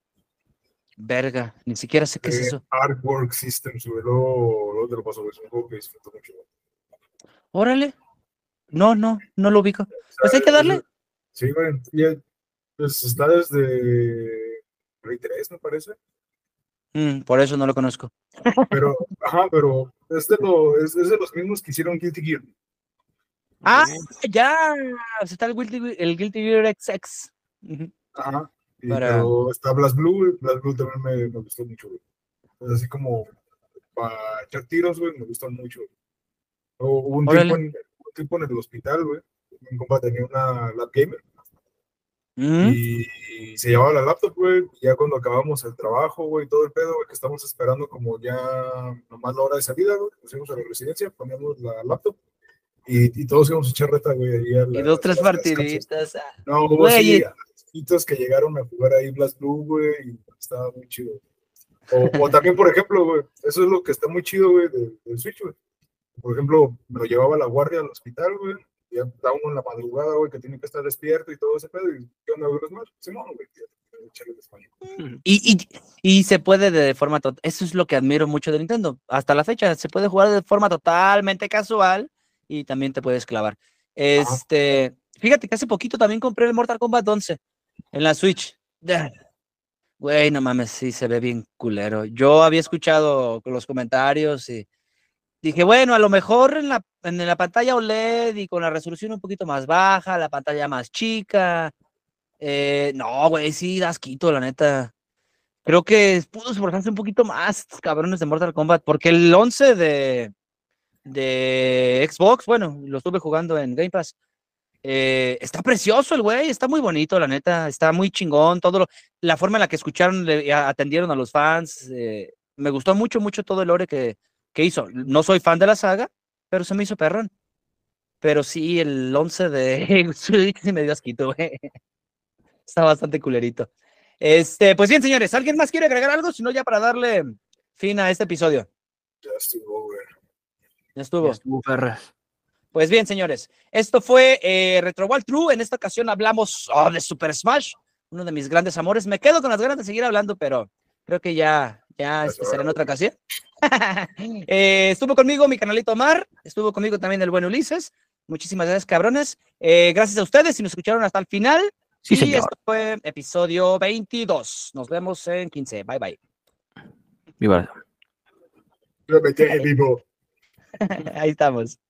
Verga, ni siquiera sé qué eh, es eso. Artwork Systems, güey. Luego, luego te lo paso, güey. Es un juego que disfruto mucho, güey. Órale. No, no, no lo ubico. O sea, Pues hay que darle. Sí, güey. Ya, pues está desde Play tres, me parece. Mm, por eso no lo conozco. Pero, ajá, pero es de, lo, es, es de los mismos que hicieron Guilty Gear. Ah, ya. Está el Guilty, el Guilty Gear X X. Uh-huh. Ajá. Y, Para... Pero está Blast Blue. Blast Blue también me, me gustó mucho, güey. Es así como para echar tiros, güey, me gustan mucho. O, hubo un tiempo, en, un tiempo en el hospital, güey. Mi compa tenía una lap gamer. ¿Mm? Y, y se llevaba la laptop, güey. Y ya cuando acabamos el trabajo, güey, todo el pedo, güey, que estamos esperando como ya nomás la hora de salida, güey, nos íbamos a la residencia, poníamos la laptop y, y todos íbamos a echar reta, güey. Ahí a la, y dos, tres las, partiditas. Las no, hubo así, chiquitos que llegaron a jugar ahí Blast Blue, güey, y estaba muy chido. O, o también, por ejemplo, güey, eso es lo que está muy chido, güey, del de Switch, güey. Por ejemplo, me lo llevaba a la guardia al hospital, güey. Ya está uno en la madrugada, güey, que tiene que estar despierto y todo ese pedo. ¿Y qué onda, güey? Más? Simón, güey. Y, y, y se puede de forma total. Eso es lo que admiro mucho de Nintendo. Hasta la fecha se puede jugar de forma totalmente casual y también te puedes clavar. Este, Ajá. Fíjate que hace poquito también compré el Mortal Kombat once en la Switch. Güey, no mames, sí se ve bien culero. Yo había escuchado los comentarios y dije, bueno, a lo mejor en la, en la pantalla O L E D y con la resolución un poquito más baja, la pantalla más chica. Eh, no, güey, sí, das quito, la neta. Creo que pudo esforzarse un poquito más, cabrones de Mortal Kombat, porque el once de, de Xbox, bueno, lo estuve jugando en Game Pass. Eh, está precioso el güey, está muy bonito, la neta, está muy chingón, todo lo, la forma en la que escucharon, le, atendieron a los fans, eh, me gustó mucho, mucho todo el lore que, que hizo. No soy fan de la saga, pero se me hizo perrón. Pero sí, el once de Switch sí me dio asquito, güey. Está bastante culerito. Este, pues bien, señores, ¿alguien más quiere agregar algo? Si no, ya para darle fin a este episodio. Ya estuvo, güey. Ya estuvo. Ya estuvo, perras. Pues bien, señores, esto fue eh, Retro Wild True. En esta ocasión hablamos oh, de Super Smash, uno de mis grandes amores. Me quedo con las ganas de seguir hablando, pero creo que ya, ya este, será en otra ocasión. eh, estuvo conmigo mi canalito Omar, estuvo conmigo también el buen Ulises. Muchísimas gracias, cabrones. Eh, gracias a ustedes si nos escucharon hasta el final. Sí, y señor. esto fue episodio veintidós. Nos vemos en quince. Bye, bye. Viva. Lo metí en vivo. Ahí estamos.